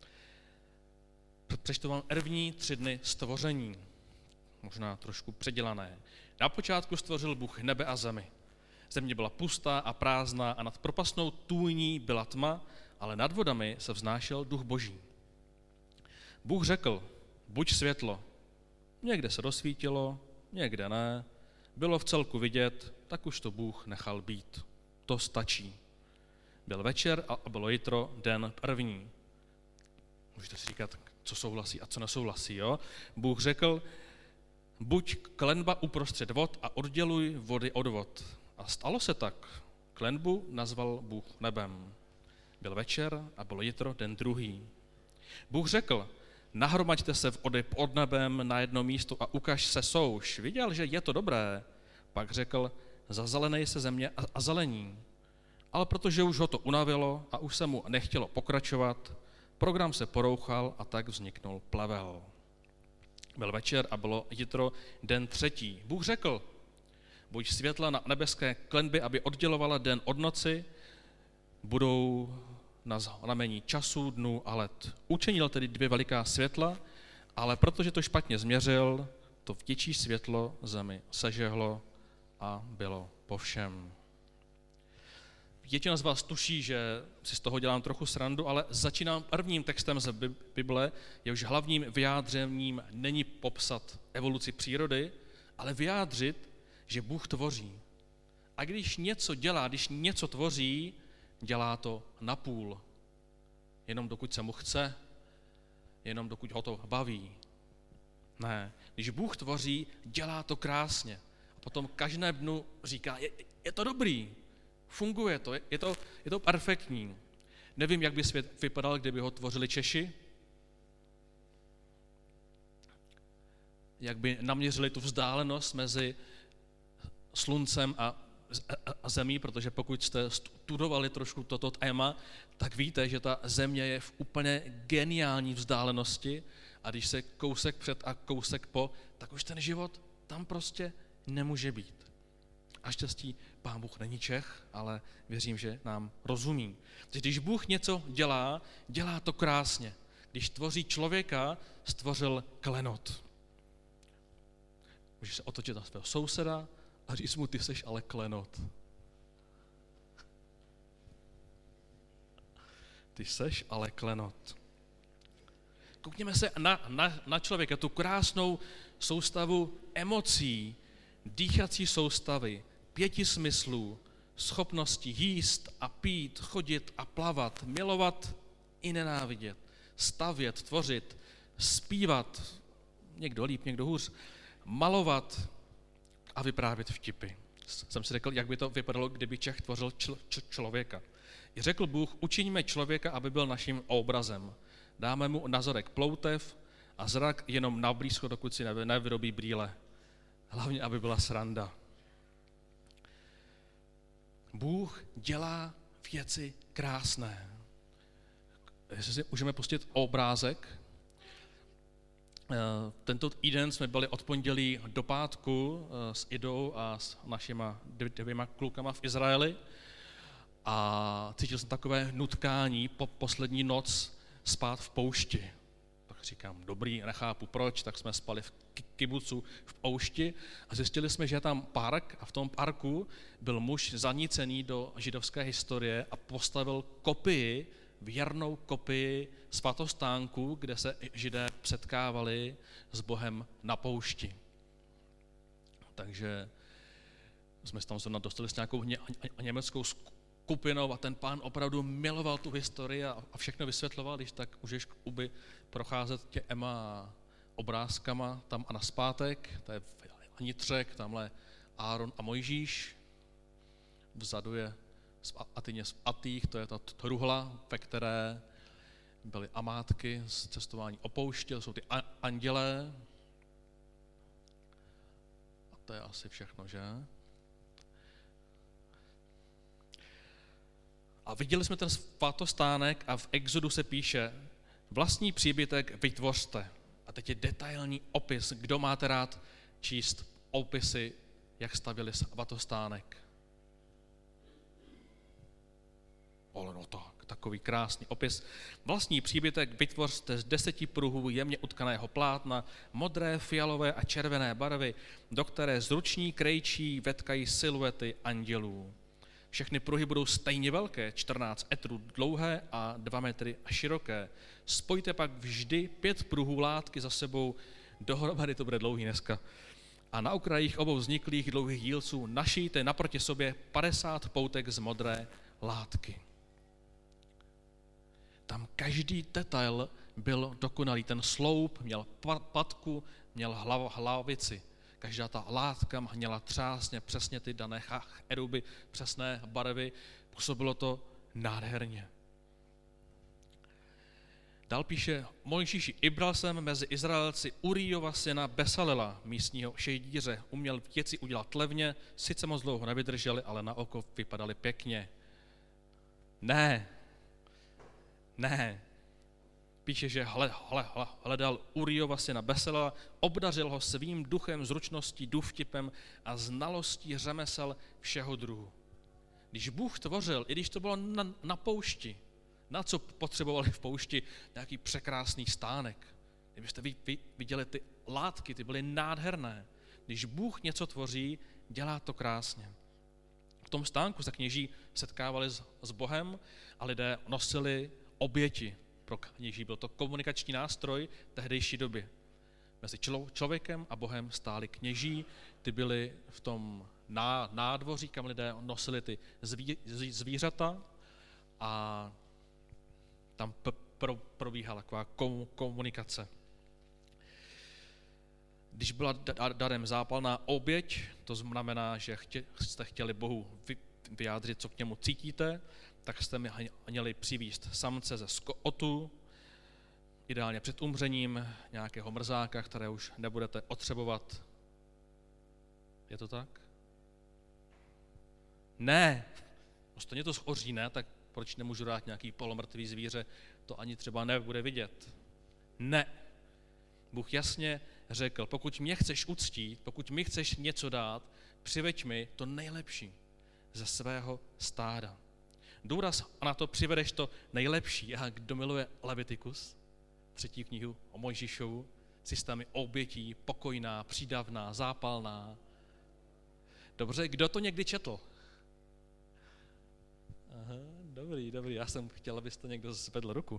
Přečtu vám první 3 dny stvoření, možná trošku předělané. Na počátku stvořil Bůh nebe a zemi. Země byla pustá a prázdná a nad propastnou tůní byla tma, ale nad vodami se vznášel duch Boží. Bůh řekl, buď světlo. Někde se rozsvítilo, někde ne. Bylo v celku vidět, tak už to Bůh nechal být. To stačí. Byl večer a bylo jitro, den první. Můžete si říkat, co souhlasí a co nesouhlasí. Jo? Bůh řekl, buď klenba uprostřed vod a odděluj vody od vod. A stalo se tak. Klenbu nazval Bůh nebem. Byl večer a bylo jitro, den druhý. Bůh řekl, nahromaďte se vody pod nebem na jedno místo a ukaž se souš. Viděl, že je to dobré. Pak řekl, zazelenej se země a zelení. Ale protože už ho to unavilo a už se mu nechtělo pokračovat, program se porouchal a tak vzniknul plevel. Byl večer a bylo jitro, den třetí. Bůh řekl, buď světla na nebeské klenby, aby oddělovala den od noci, budou na znamení času, dnů a let. Učinil tedy 2 veliká světla, ale protože to špatně změřil, to větší světlo zemi sežehlo a bylo po všem. Většina z vás tuší, že si z toho dělám trochu srandu, ale začínám prvním textem z Bible, jehož hlavním vyjádřením není popsat evoluci přírody, ale vyjádřit, že Bůh tvoří. A když něco dělá, když něco tvoří, dělá to napůl. Jenom dokud se mu chce, jenom dokud ho to baví. Ne, když Bůh tvoří, dělá to krásně. A potom každém dnu říká, je to dobrý, funguje to, je to perfektní. Nevím, jak by svět vypadal, kdyby ho tvořili Češi, jak by naměřili tu vzdálenost mezi sluncem a zemí, protože pokud jste studovali trošku toto téma, tak víte, že ta země je v úplně geniální vzdálenosti a když se kousek před a kousek po, tak už ten život tam prostě nemůže být. A štěstí Pán Bůh není Čech, ale věřím, že nám rozumí. Když Bůh něco dělá, dělá to krásně. Když tvoří člověka, stvořil klenot. Můžeš se otočit na svého souseda a říct mu, ty seš ale klenot. Ty seš ale klenot. Koukněme se na člověka, tu krásnou soustavu emocí, dýchací soustavy, 5 smyslů, schopnosti jíst a pít, chodit a plavat, milovat i nenávidět, stavět, tvořit, zpívat, někdo líp, někdo hůř, malovat a vyprávět vtipy. Jsem si řekl, jak by to vypadalo, kdyby Čech tvořil člověka. I řekl Bůh, učiňme člověka, aby byl naším obrazem. Dáme mu nazorek ploutev a zrak jenom na blízko, dokud si nevyrobí brýle. Hlavně, aby byla sranda. Bůh dělá věci krásné. Jestli si můžeme pustit obrázek. Tento týden jsme byli od pondělí do pátku s Idou a s našima 2 klukama v Izraeli a cítil jsem takové nutkání po poslední noc spát v poušti. Tak říkám, dobrý, nechápu proč, tak jsme spali v kibucu v poušti a zjistili jsme, že je tam park a v tom parku byl muž zanícený do židovské historie a postavil kopii, věrnou kopii svatostánku, kde se Židé setkávali s Bohem na poušti. Takže jsme se tam dostali s nějakou německou skupinou a ten pán opravdu miloval tu historii a všechno vysvětloval, když tak můžeš Kuby procházet těma obrázkama tam a naspátek, to je vnitřek, tamhle Áron a Mojžíš, vzadu je svatyně svatých, to je ta truhla, ve které byly amátky z cestování o poušti, to jsou ty andělé. A to je asi všechno, že? A viděli jsme ten svatostánek a v Exodu se píše, vlastní příbytek vytvořte. A teď je detailní opis, kdo máte rád číst opisy, jak stavěli svatostánek. Ale no tak, takový krásný opis. Vlastní příbytek vytvořte z 10 pruhů jemně utkaného plátna, modré, fialové a červené barvy, do které zruční krejčí vetkají siluety andělů. Všechny pruhy budou stejně velké, 14 metrů dlouhé a 2 metry široké. Spojte pak vždy 5 pruhů látky za sebou, dohromady to bude dlouhý dneska. A na okrajích obou vzniklých dlouhých dílců našijte naproti sobě 50 poutek z modré látky. Tam každý detail byl dokonalý. Ten sloup měl patku, měl hlavici. Každá ta látka měla třásně přesně ty dané cheruby, přesné barvy. Působilo to nádherně. Dál píše, Mojžíši, vybral jsem mezi Izraelci Uriova syna Besalela, místního šejdíře. Uměl věci udělat levně, sice moc dlouho nevydrželi, ale na oko vypadali pěkně. Ne. Píše, že hledal Uriova syna Besalela, obdařil ho svým duchem, zručností, důvtipem a znalostí řemesel všeho druhu. Když Bůh tvořil, i když to bylo na poušti, na co potřebovali v poušti nějaký překrásný stánek. Kdybyste viděli ty látky, ty byly nádherné. Když Bůh něco tvoří, dělá to krásně. V tom stánku se kněží setkávali s Bohem a lidé nosili oběti pro kněží. Byl to komunikační nástroj tehdejší doby. Mezi člověkem a Bohem stáli kněží, ty byli v tom nádvoří, kam lidé nosili ty zvířata a tam probíhala taková komunikace. Když byla darem zápalná oběť, to znamená, že jste chtěli Bohu vyjádřit, co k němu cítíte, tak jste měli přivízt samce ze skotu, ideálně před umřením, nějakého mrzáka, které už nebudete otřebovat. Je to tak? Ne. Stejně to schoří, ne? Tak proč nemůžu dát nějaký polomrtvý zvíře? To ani třeba nebude vidět. Ne. Bůh jasně řekl, pokud mě chceš uctít, pokud mi chceš něco dát, přiveď mi to nejlepší ze svého stáda. Důraz na to přivedeš to nejlepší. A kdo miluje Levitikus, 3. knihu o Mojžíšovu, systémy obětí, pokojná, přídavná, zápalná. Dobře, kdo to někdy četl? Aha, dobrý, já jsem chtěl, abyste někdo zvedl ruku.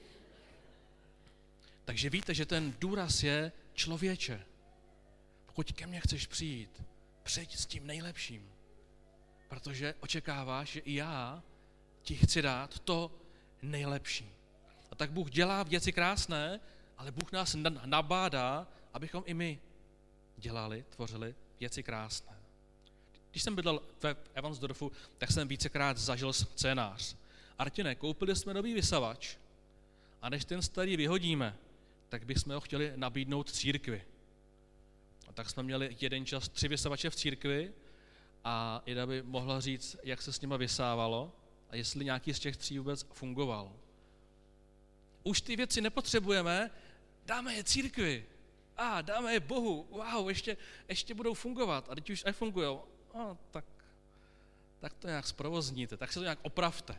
Takže víte, že ten důraz je člověče. Pokud ke mně chceš přijít, přijď s tím nejlepším. Protože očekáváš, že i já ti chci dát to nejlepší. A tak Bůh dělá věci krásné, ale Bůh nás nabádá, abychom i my dělali, tvořili věci krásné. Když jsem bydlel ve Evansdorfu, tak jsem vícekrát zažil scénář. Artine, koupili jsme nový vysavač a než ten starý vyhodíme, tak bychom ho chtěli nabídnout církvi. A tak jsme měli jeden čas 3 vysavače v církvi a Ida by mohla říct, jak se s nima vysávalo a jestli nějaký z těch 3 vůbec fungoval. Už ty věci nepotřebujeme, dáme je církvi. Dáme je Bohu. Wow, ještě budou fungovat. A teď už nefungujou. Tak to nějak zprovozníte, tak se to nějak opravte.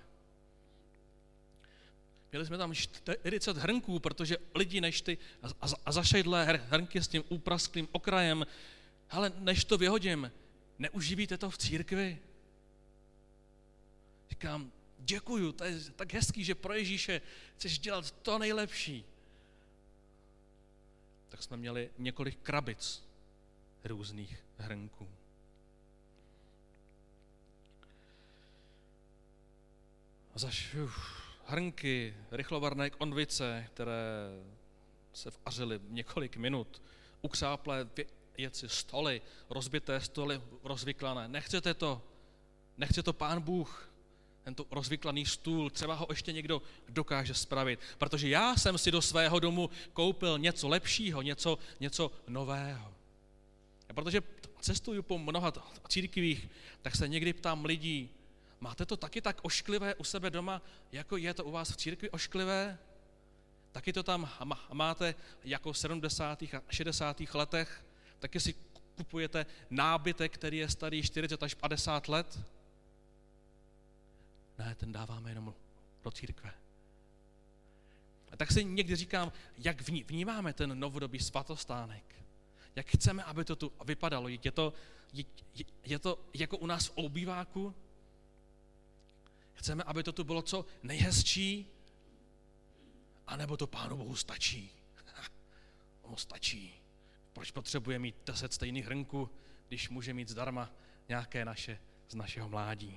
Měli jsme tam 40 hrnků, protože lidi než ty a zašejdlé hrnky s tím úprasklým okrajem, hele, než to vyhodím, neuživíte to v církvi? Říkám, děkuju, to je tak hezký, že pro Ježíše chceš dělat to nejlepší. Tak jsme měli několik krabic různých hrnků. Hrnky, rychlovarné konvice, které se vařily několik minut, ukřáplé věci, stoly, rozbité stoly, rozvyklané. Nechce to Pán Bůh, tento rozvyklaný stůl, třeba ho ještě někdo dokáže spravit, protože já jsem si do svého domu koupil něco lepšího, něco nového. A protože cestuju po mnoha církvích, tak se někdy ptám lidí, máte to taky tak ošklivé u sebe doma, jako je to u vás v církvi ošklivé? Taky to tam máte jako v 70. a 60. letech? Taky si kupujete nábytek, který je starý 40 až 50 let? Ne, ten dáváme jenom do církve. A tak si někdy říkám, jak vnímáme ten novodobý svatostánek. Jak chceme, aby to tu vypadalo. Je to jako u nás v obýváku? Chceme, aby to tu bylo co nejhezčí? A nebo to Pánu Bohu stačí? Mu stačí. Proč potřebuje mít 10 stejných hrnků, když může mít zdarma nějaké naše z našeho mládí?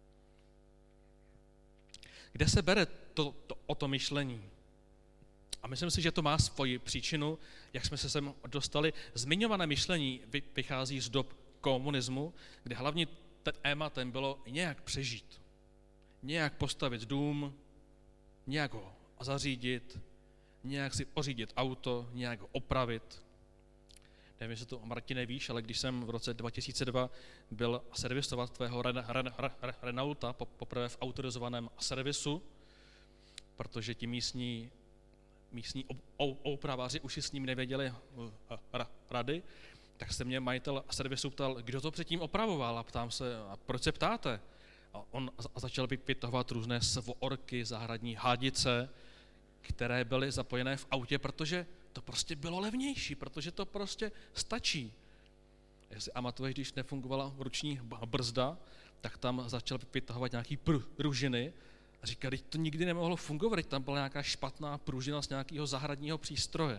Kde se bere to myšlení? A myslím si, že to má svoji příčinu, jak jsme se sem dostali. Zmiňované myšlení vychází z dob komunismu, kde hlavní tématem bylo nějak přežít, nějak postavit dům, nějak ho zařídit, nějak si pořídit auto, nějak ho opravit. Nevím, jestli to, Martine, víš, ale když jsem v roce 2002 byl servisovat tvého Renaulta poprvé v autorizovaném servisu, protože ti místní opraváři už si s ním nevěděli rady, tak se mě majitel servisu ptal, kdo to předtím opravoval, a ptám se, a proč se ptáte? A on začal vytahovat různé svorky, zahradní hádice, které byly zapojené v autě, protože to prostě bylo levnější, protože to prostě stačí. Jestli pamatuješ, když nefungovala ruční brzda, tak tam začal vytahovat nějaký pružiny a říkal, že to nikdy nemohlo fungovat, že tam byla nějaká špatná pružina z nějakého zahradního přístroje.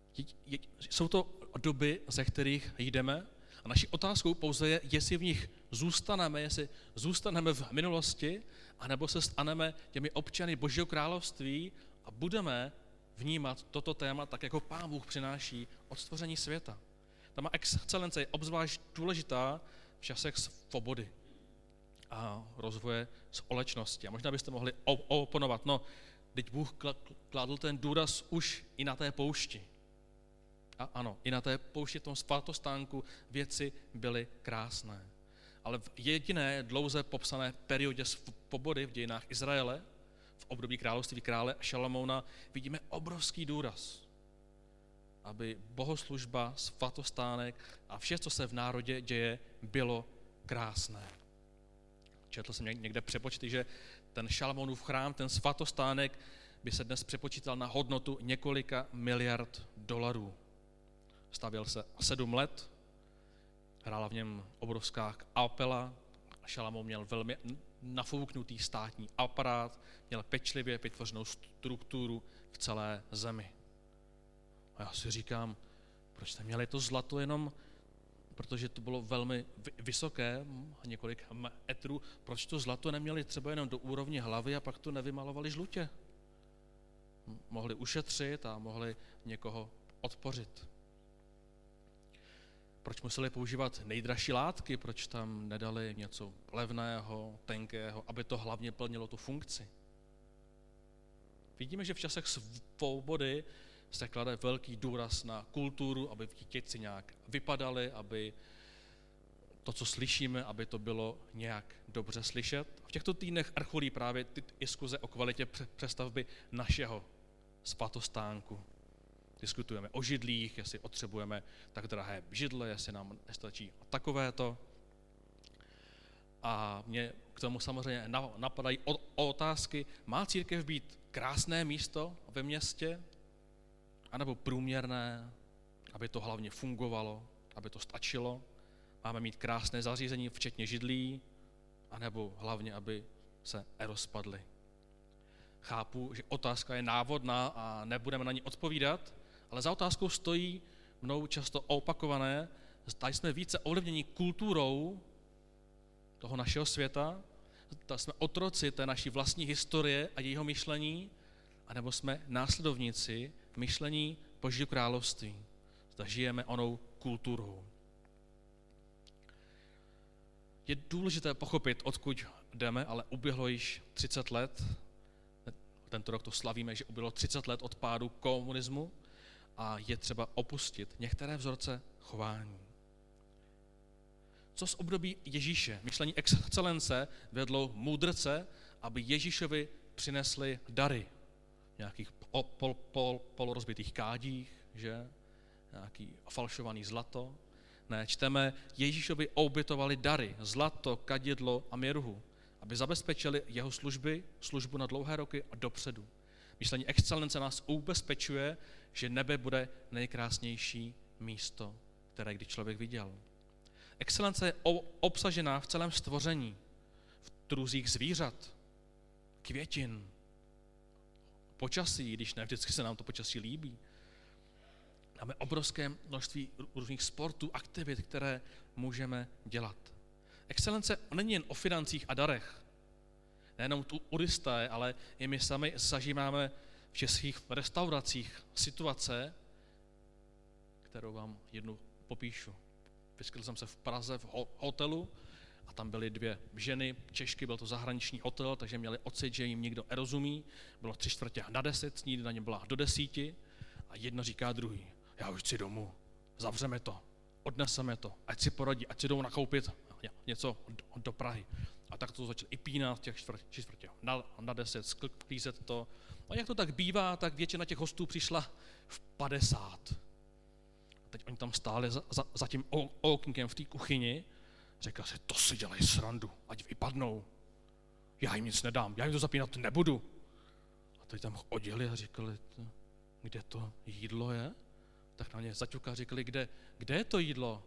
Jsou to doby, ze kterých jdeme, a naší otázkou pouze je, jestli v nich jestli zůstaneme v minulosti, anebo se staneme těmi občany Božího království a budeme vnímat toto téma tak, jako Pán Bůh přináší od stvoření světa. Ta má excelence je obzvlášť důležitá v časech svobody a rozvoje společnosti. A možná byste mohli oponovat, no, teď Bůh kladl ten důraz už i na té poušti. A ano, i na té poušti, v tom svatostánku věci byly krásné. Ale v jediné dlouze popsané periodě svobody v dějinách Izraele, v období království krále Šalamouna, vidíme obrovský důraz, aby bohoslužba, svatostánek a vše, co se v národě děje, bylo krásné. Četl jsem někde přepočty, že ten Šalamounův chrám, ten svatostánek, by se dnes přepočítal na hodnotu několika miliard dolarů. Stavěl se 7 let, hrála v něm obrovská kapela, Šalamoun měl velmi nafouknutý státní aparát, měl pečlivě vytvořenou strukturu v celé zemi. A já si říkám, proč jste měli to zlato jenom, protože to bylo velmi vysoké, několik metrů, proč to zlato neměli třeba jenom do úrovně hlavy a pak to nevymalovali žlutě? Mohli ušetřit a mohli někoho odpořit. Proč museli používat nejdražší látky, proč tam nedali něco levného, tenkého, aby to hlavně plnilo tu funkci? Vidíme, že v časech svobody se klade velký důraz na kulturu, aby děti nějak vypadaly, aby to, co slyšíme, aby to bylo nějak dobře slyšet. V těchto týdnech vrcholí právě ty diskuze o kvalitě přestavby našeho svatostánku. Diskutujeme o židlích, jestli potřebujeme tak drahé židle, jestli nám nestačí takovéto. A mě k tomu samozřejmě napadají otázky, má církev být krásné místo ve městě, anebo průměrné, aby to hlavně fungovalo, aby to stačilo. Máme mít krásné zařízení, včetně židlí, anebo hlavně, aby se rozpadly. Chápu, že otázka je návodná a nebudeme na ní odpovídat, ale za otázkou stojí mnou často opakované, zda jsme více ovlivněni kulturou toho našeho světa, zda jsme otroci té naší vlastní historie a jejího myšlení, anebo jsme následovníci myšlení Božího království. Zda žijeme onou kulturou. Je důležité pochopit, odkud jdeme, ale uběhlo již 30 let. Tento rok to slavíme, že uběhlo 30 let od pádu komunismu a je třeba opustit některé vzorce chování. Co z období Ježíše? Myšlení excelence vedlo mudrce, aby Ježíšovi přinesli dary. Nějakých polorozbitých kádích, že? Nějaký falšovaný zlato. Ne, čteme, Ježíšovi obětovali dary, zlato, kadidlo a mirhu, aby zabezpečili jeho službu na dlouhé roky a dopředu. Myšlení excelence nás ubezpečuje, že nebe bude nejkrásnější místo, které kdy člověk viděl. Excelence je obsažená v celém stvoření, v druzích zvířat, květin, počasí, když ne vždycky se nám to počasí líbí. Máme obrovské množství různých sportů, aktivit, které můžeme dělat. Excelence není jen o financích a darech. Nejenom turisté, ale i my sami zažíváme v českých restauracích situace, kterou vám jednu popíšu. Vyskytl jsem se v Praze v hotelu a tam byly 2 ženy, Češky, byl to zahraniční hotel, takže měli ocit, že jim nikdo nerozumí. Bylo 9:45, snídaně byla do 10 a jedna říká druhý, já už chci domů, zavřeme to, odneseme to, ať si poradí, ať si jdou nakoupit něco do Prahy. A tak to začali i pínat těch 9:45 sklízet to. A jak to tak bývá, tak většina těch hostů přišla v 50. A teď oni tam stáli za tím okýnkem v té kuchyni, řekl si, to si dělají srandu, ať vypadnou. Já jim nic nedám, já jim to zapínat nebudu. A teď tam chodili a říkali, kde to jídlo je? Tak na ně zaťuka a říkali, kde je to jídlo?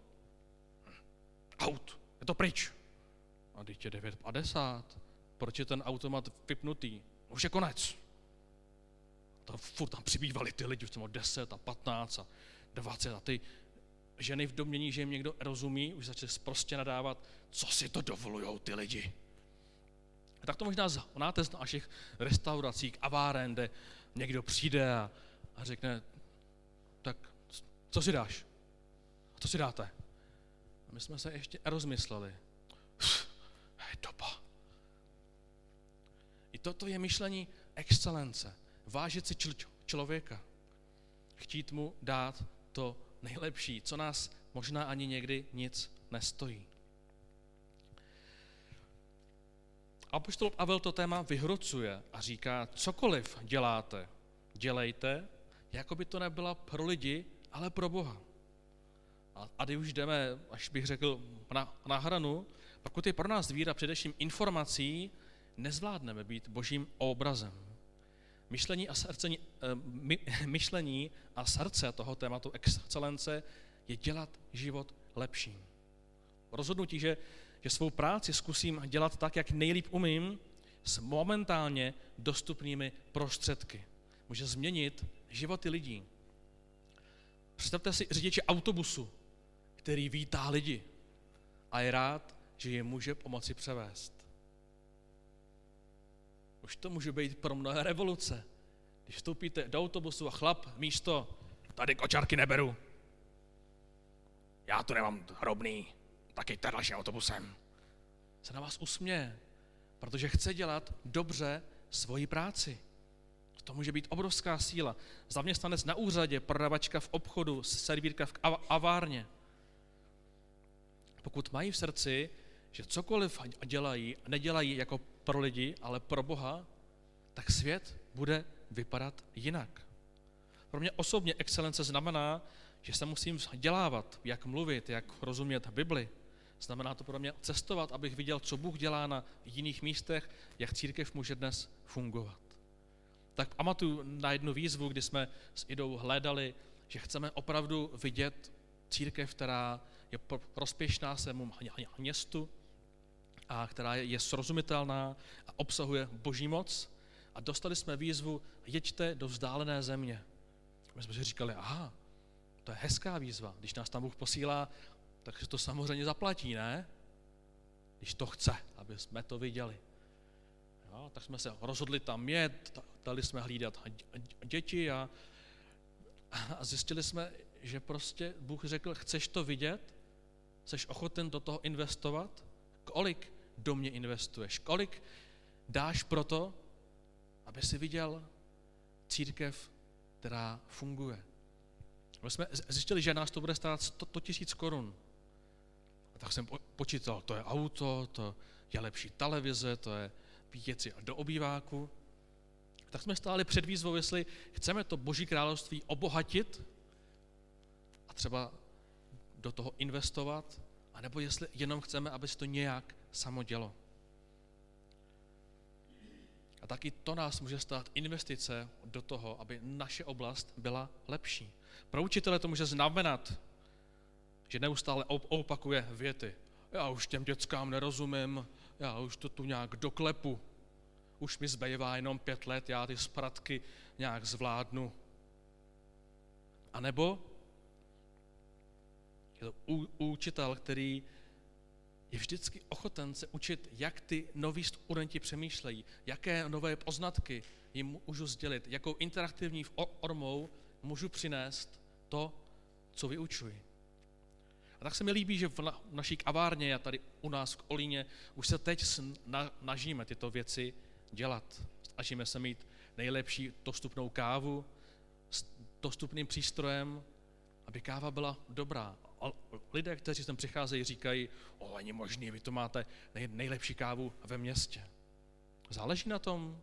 Aut, je to pryč. A teď je 9:50. Proč je ten automat vypnutý? Už je konec. Furt tam přibývali ty lidi, už tam 10 a 15 a 20 a ty ženy v domění, že jim někdo rozumí, už začali prostě nadávat, co si to dovolujou ty lidi. A tak to možná znáte z našich restaurací, kaváren, kde někdo přijde a řekne, tak co si dáš? A co si dáte? A my jsme se ještě rozmysleli. Je doba. I toto je myšlení excelence. Vážit si člověka. Chtít mu dát to nejlepší, co nás možná ani někdy nic nestojí. Apoštol Pavel to téma vyhrocuje a říká, cokoliv děláte, dělejte, jako by to nebyla pro lidi, ale pro Boha. A když už jdeme, až bych řekl, na hranu, pokud je pro nás víra především informací, nezvládneme být božím obrazem. Myšlení a srdce toho tématu excelence je dělat život lepším. Rozhodnutí, že svou práci zkusím dělat tak, jak nejlíp umím, s momentálně dostupnými prostředky. Může změnit životy lidí. Představte si řidiče autobusu, který vítá lidi a je rád, že je může pomoci převést. Už to může být pro mnohé revoluce. Když vstoupíte do autobusu a chlap místo tady kočárky neberu, já tu nemám hrobný, tak jděte dalším autobusem. Se na vás usměje, protože chce dělat dobře svoji práci. To může být obrovská síla. Zaměstnanec na úřadě, prodavačka v obchodu, servírka v avárně. Pokud mají v srdci, že cokoliv dělají, nedělají jako pro lidi, ale pro Boha, tak svět bude vypadat jinak. Pro mě osobně excelence znamená, že se musím vzdělávat, jak mluvit, jak rozumět Bibli. Znamená to pro mě cestovat, abych viděl, co Bůh dělá na jiných místech, jak církev může dnes fungovat. Tak pamatuju na jednu výzvu, kdy jsme s Idou hledali, že chceme opravdu vidět církev, která je prospěšná svému městu a která je srozumitelná a obsahuje boží moc. A dostali jsme výzvu, jeďte do vzdálené země. My jsme si říkali, aha, to je hezká výzva, když nás tam Bůh posílá, tak se to samozřejmě zaplatí, ne? Když to chce, aby jsme to viděli. Jo, tak jsme se rozhodli tam jet, dali jsme hlídat děti a zjistili jsme, že prostě Bůh řekl, chceš to vidět, jsi ochoten do toho investovat, kolik do mě investuješ, kolik dáš pro to, aby si viděl církev, která funguje. My jsme zjistili, že nás to bude stát 100 000 korun. A tak jsem počítal, to je auto, to je lepší televize, to je věci do obýváku. Tak jsme stáli před výzvou, jestli chceme to Boží království obohatit a třeba do toho investovat, anebo jestli jenom chceme, aby se to nějak samo dělo. A taky to nás může stát investice do toho, aby naše oblast byla lepší. Pro učitele to může znamenat, že neustále opakuje věty. Já už těm dětskám nerozumím, já už to tu nějak doklepu. Už mi zbývá jenom 5 let, já ty spratky nějak zvládnu. A nebo je to učitel, který je vždycky ochoten se učit, jak ty noví studenti přemýšlejí, jaké nové poznatky jim můžu sdělit, jakou interaktivní formou můžu přinést to, co vyučuji. A tak se mi líbí, že v naší kavárně a tady u nás v Kolíně už se teď snažíme tyto věci dělat. Snažíme se mít nejlepší dostupnou kávu s dostupným přístrojem, aby káva byla dobrá. A lidé, kteří sem přicházejí, říkají, není možný, vy tu máte nejlepší kávu ve městě. Záleží na tom.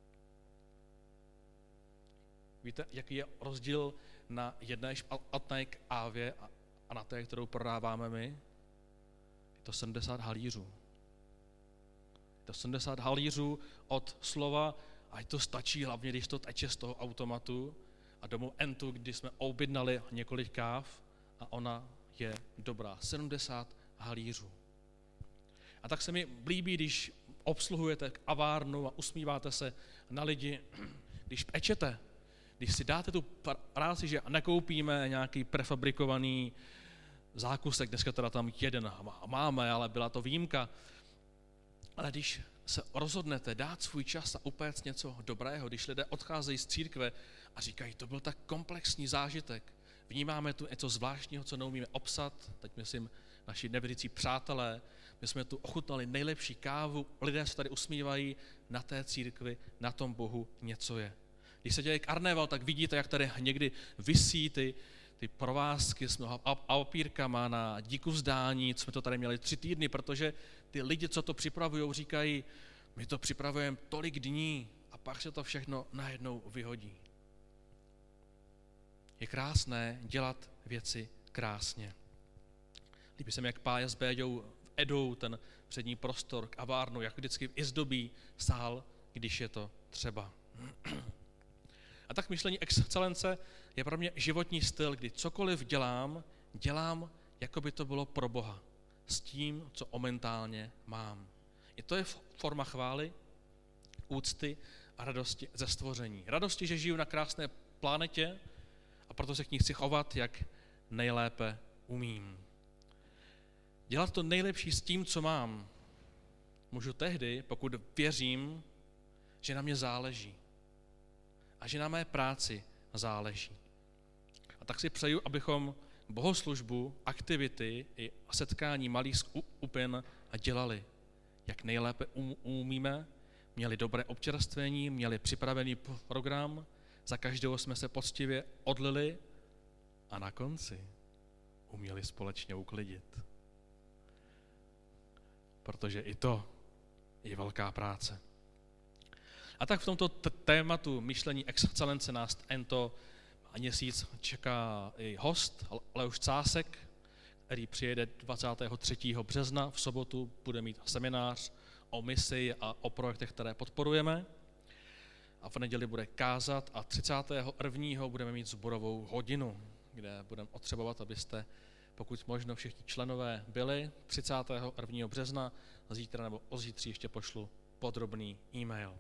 Víte, jaký je rozdíl na jedné špatné kávě a na té, kterou prodáváme my? Je to 70 halířů. Je to 70 halířů od slova, ať to stačí, hlavně když to teče z toho automatu, a do momentu, kdy jsme objednali několik káv a ona je dobrá. 70 halířů. A tak se mi líbí, když obsluhujete kavárnu a usmíváte se na lidi, když pečete, když si dáte tu práci, že nekoupíme nějaký prefabrikovaný zákusek, dneska teda tam jeden máme, ale byla to výjimka. Ale když se rozhodnete dát svůj čas a upéct něco dobrého, když lidé odcházejí z církve a říkají, to byl tak komplexní zážitek, vnímáme tu něco zvláštního, co neumíme obsat, teď myslím naši nevěřící přátelé, my jsme tu ochutnali nejlepší kávu, lidé se tady usmívají, na té církvi, na tom Bohu něco je. Když se děje karneval, tak vidíte, jak tady někdy visí ty provázky s mnoha papírkama na díku vzdání, co jsme to tady měli 3 týdny, protože ty lidi, co to připravují, říkají, my to připravujeme tolik dní a pak se to všechno najednou vyhodí. Je krásné dělat věci krásně. Líbí se mi, jak Pája s Béďou edou ten přední prostor k avárnu, jak vždycky izdobí sál, když je to třeba. A tak myšlení excelence je pro mě životní styl, kdy cokoliv dělám, jako by to bylo pro Boha. S tím, co momentálně mám. I to je forma chvály, úcty a radosti ze stvoření. Radosti, že žiju na krásné planetě a proto se k ní chci chovat, jak nejlépe umím. Dělat to nejlepší s tím, co mám, můžu tehdy, pokud věřím, že na mě záleží a že na mé práci záleží. A tak si přeju, abychom bohoslužbu, aktivity i setkání malých skupin dělali, jak nejlépe umíme, měli dobré občerstvení, měli připravený program, za každého jsme se poctivě odlili a na konci uměli společně uklidit. Protože i to je velká práce. A tak v tomto tématu myšlení excelence nás tento měsíc čeká i host, Leoš Cásek, který přijede 23. března v sobotu, bude mít seminář o misi a o projektech, které podporujeme. A v neděli bude kázat a 31. budeme mít sborovou hodinu, kde budeme potřebovat, abyste, pokud možno všichni členové byli, 31. března, zítra nebo pozítří ještě pošlu podrobný e-mail.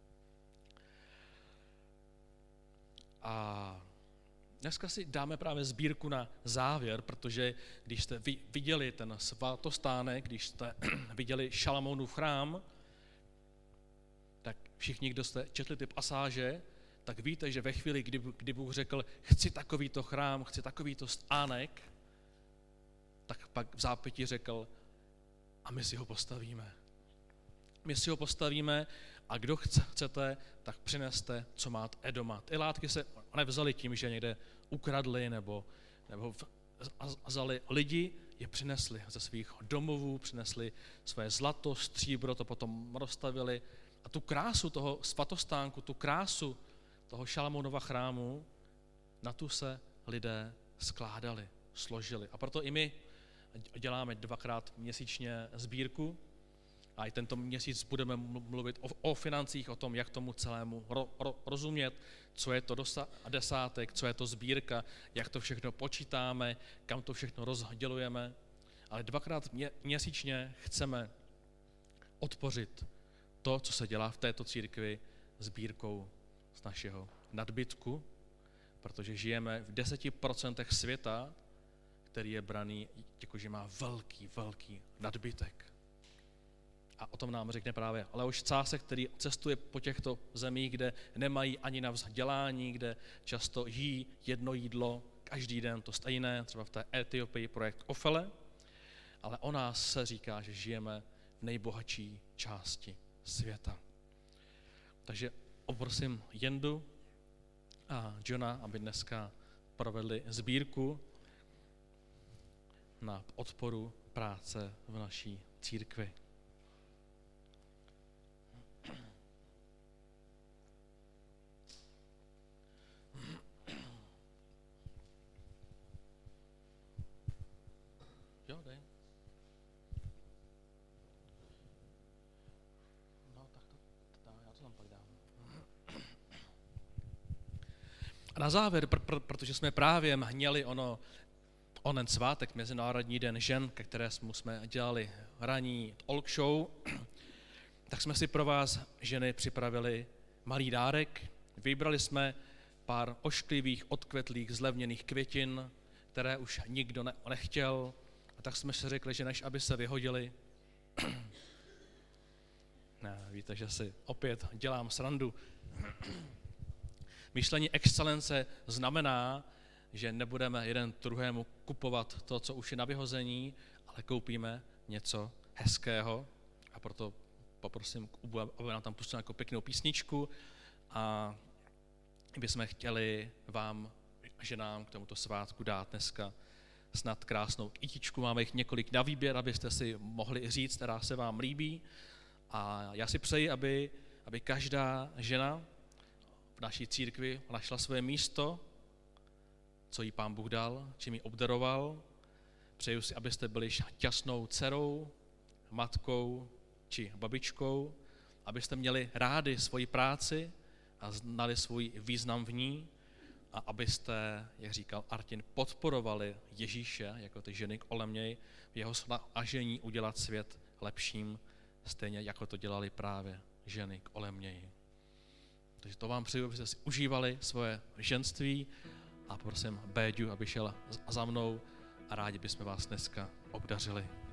A dneska si dáme právě sbírku na závěr, protože když jste viděli ten svatostánek, když jste viděli Šalamounův chrám, tak všichni, kdo jste četli ty pasáže, tak víte, že ve chvíli, kdy Bůh řekl, chci takovýto chrám, chci takovýto stánek, tak pak v zápětí řekl, a my si ho postavíme. My si ho postavíme a kdo chcete, tak přineste, co máte doma. Ty látky se nevzaly tím, že někde ukradli nebo vzali lidi, je přinesli ze svých domovů, přinesli své zlato, stříbro, to potom rozstavili. A tu krásu toho svatostánku, tu krásu toho Šalamounova chrámu, na tu se lidé skládali, složili. A proto i my děláme 2krát měsíčně sbírku a i tento měsíc budeme mluvit o financích, o tom, jak tomu celému rozumět, co je to desátek, co je to sbírka, jak to všechno počítáme, kam to všechno rozdělujeme. Ale 2krát měsíčně chceme podpořit to, co se dělá v této církvi sbírkou z našeho nadbytku, protože žijeme v 10% světa, který je braný, jakože má velký nadbytek. A o tom nám řekne právě Leoš Cásek, který cestuje po těchto zemích, kde nemají ani na vzdělání, kde často jí jedno jídlo každý den, to stejné, třeba v té Etiopii projekt Ofele, ale o nás se říká, že žijeme v nejbohatší části světa. Takže poprosím Jendu a Johna, aby dneska provedli sbírku na podporu práce v naší církvi. Jo, dej. No, tak to já to tam pak dám. A na závěr, protože jsme právě měli onen svátek, Mezinárodní den žen, ke které jsme dělali ranní talk show, tak jsme si pro vás, ženy, připravili malý dárek. Vybrali jsme pár ošklivých, odkvetlých, zlevněných květin, které už nikdo nechtěl. A tak jsme si řekli, že než aby se vyhodili, ne, víte, že si opět dělám srandu. Myšlení excelence znamená, že nebudeme jeden druhému kupovat to, co už je na vyhození, ale koupíme něco hezkého. A proto poprosím Kubu, aby nám tam pustil jako pěknou písničku a bychom chtěli vám, ženám, k tomuto svátku dát dneska snad krásnou kytičku. Máme jich několik na výběr, abyste si mohli říct, která se vám líbí. A já si přeji, aby každá žena v naší církvi našla svoje místo, co jí Pán Bůh dal, čím ji obdaroval. Přeju si, abyste byli šťastnou dcerou, matkou či babičkou, abyste měli rádi svoji práci a znali svůj význam v ní a abyste, jak říkal Artin, podporovali Ježíše, jako ty ženy kolem něj, v jeho snažení udělat svět lepším, stejně jako to dělali právě ženy kolem něj. Takže to vám přeju, abyste si užívali svoje ženství a prosím Béďu, aby šel za mnou a rádi bychom vás dneska obdařili.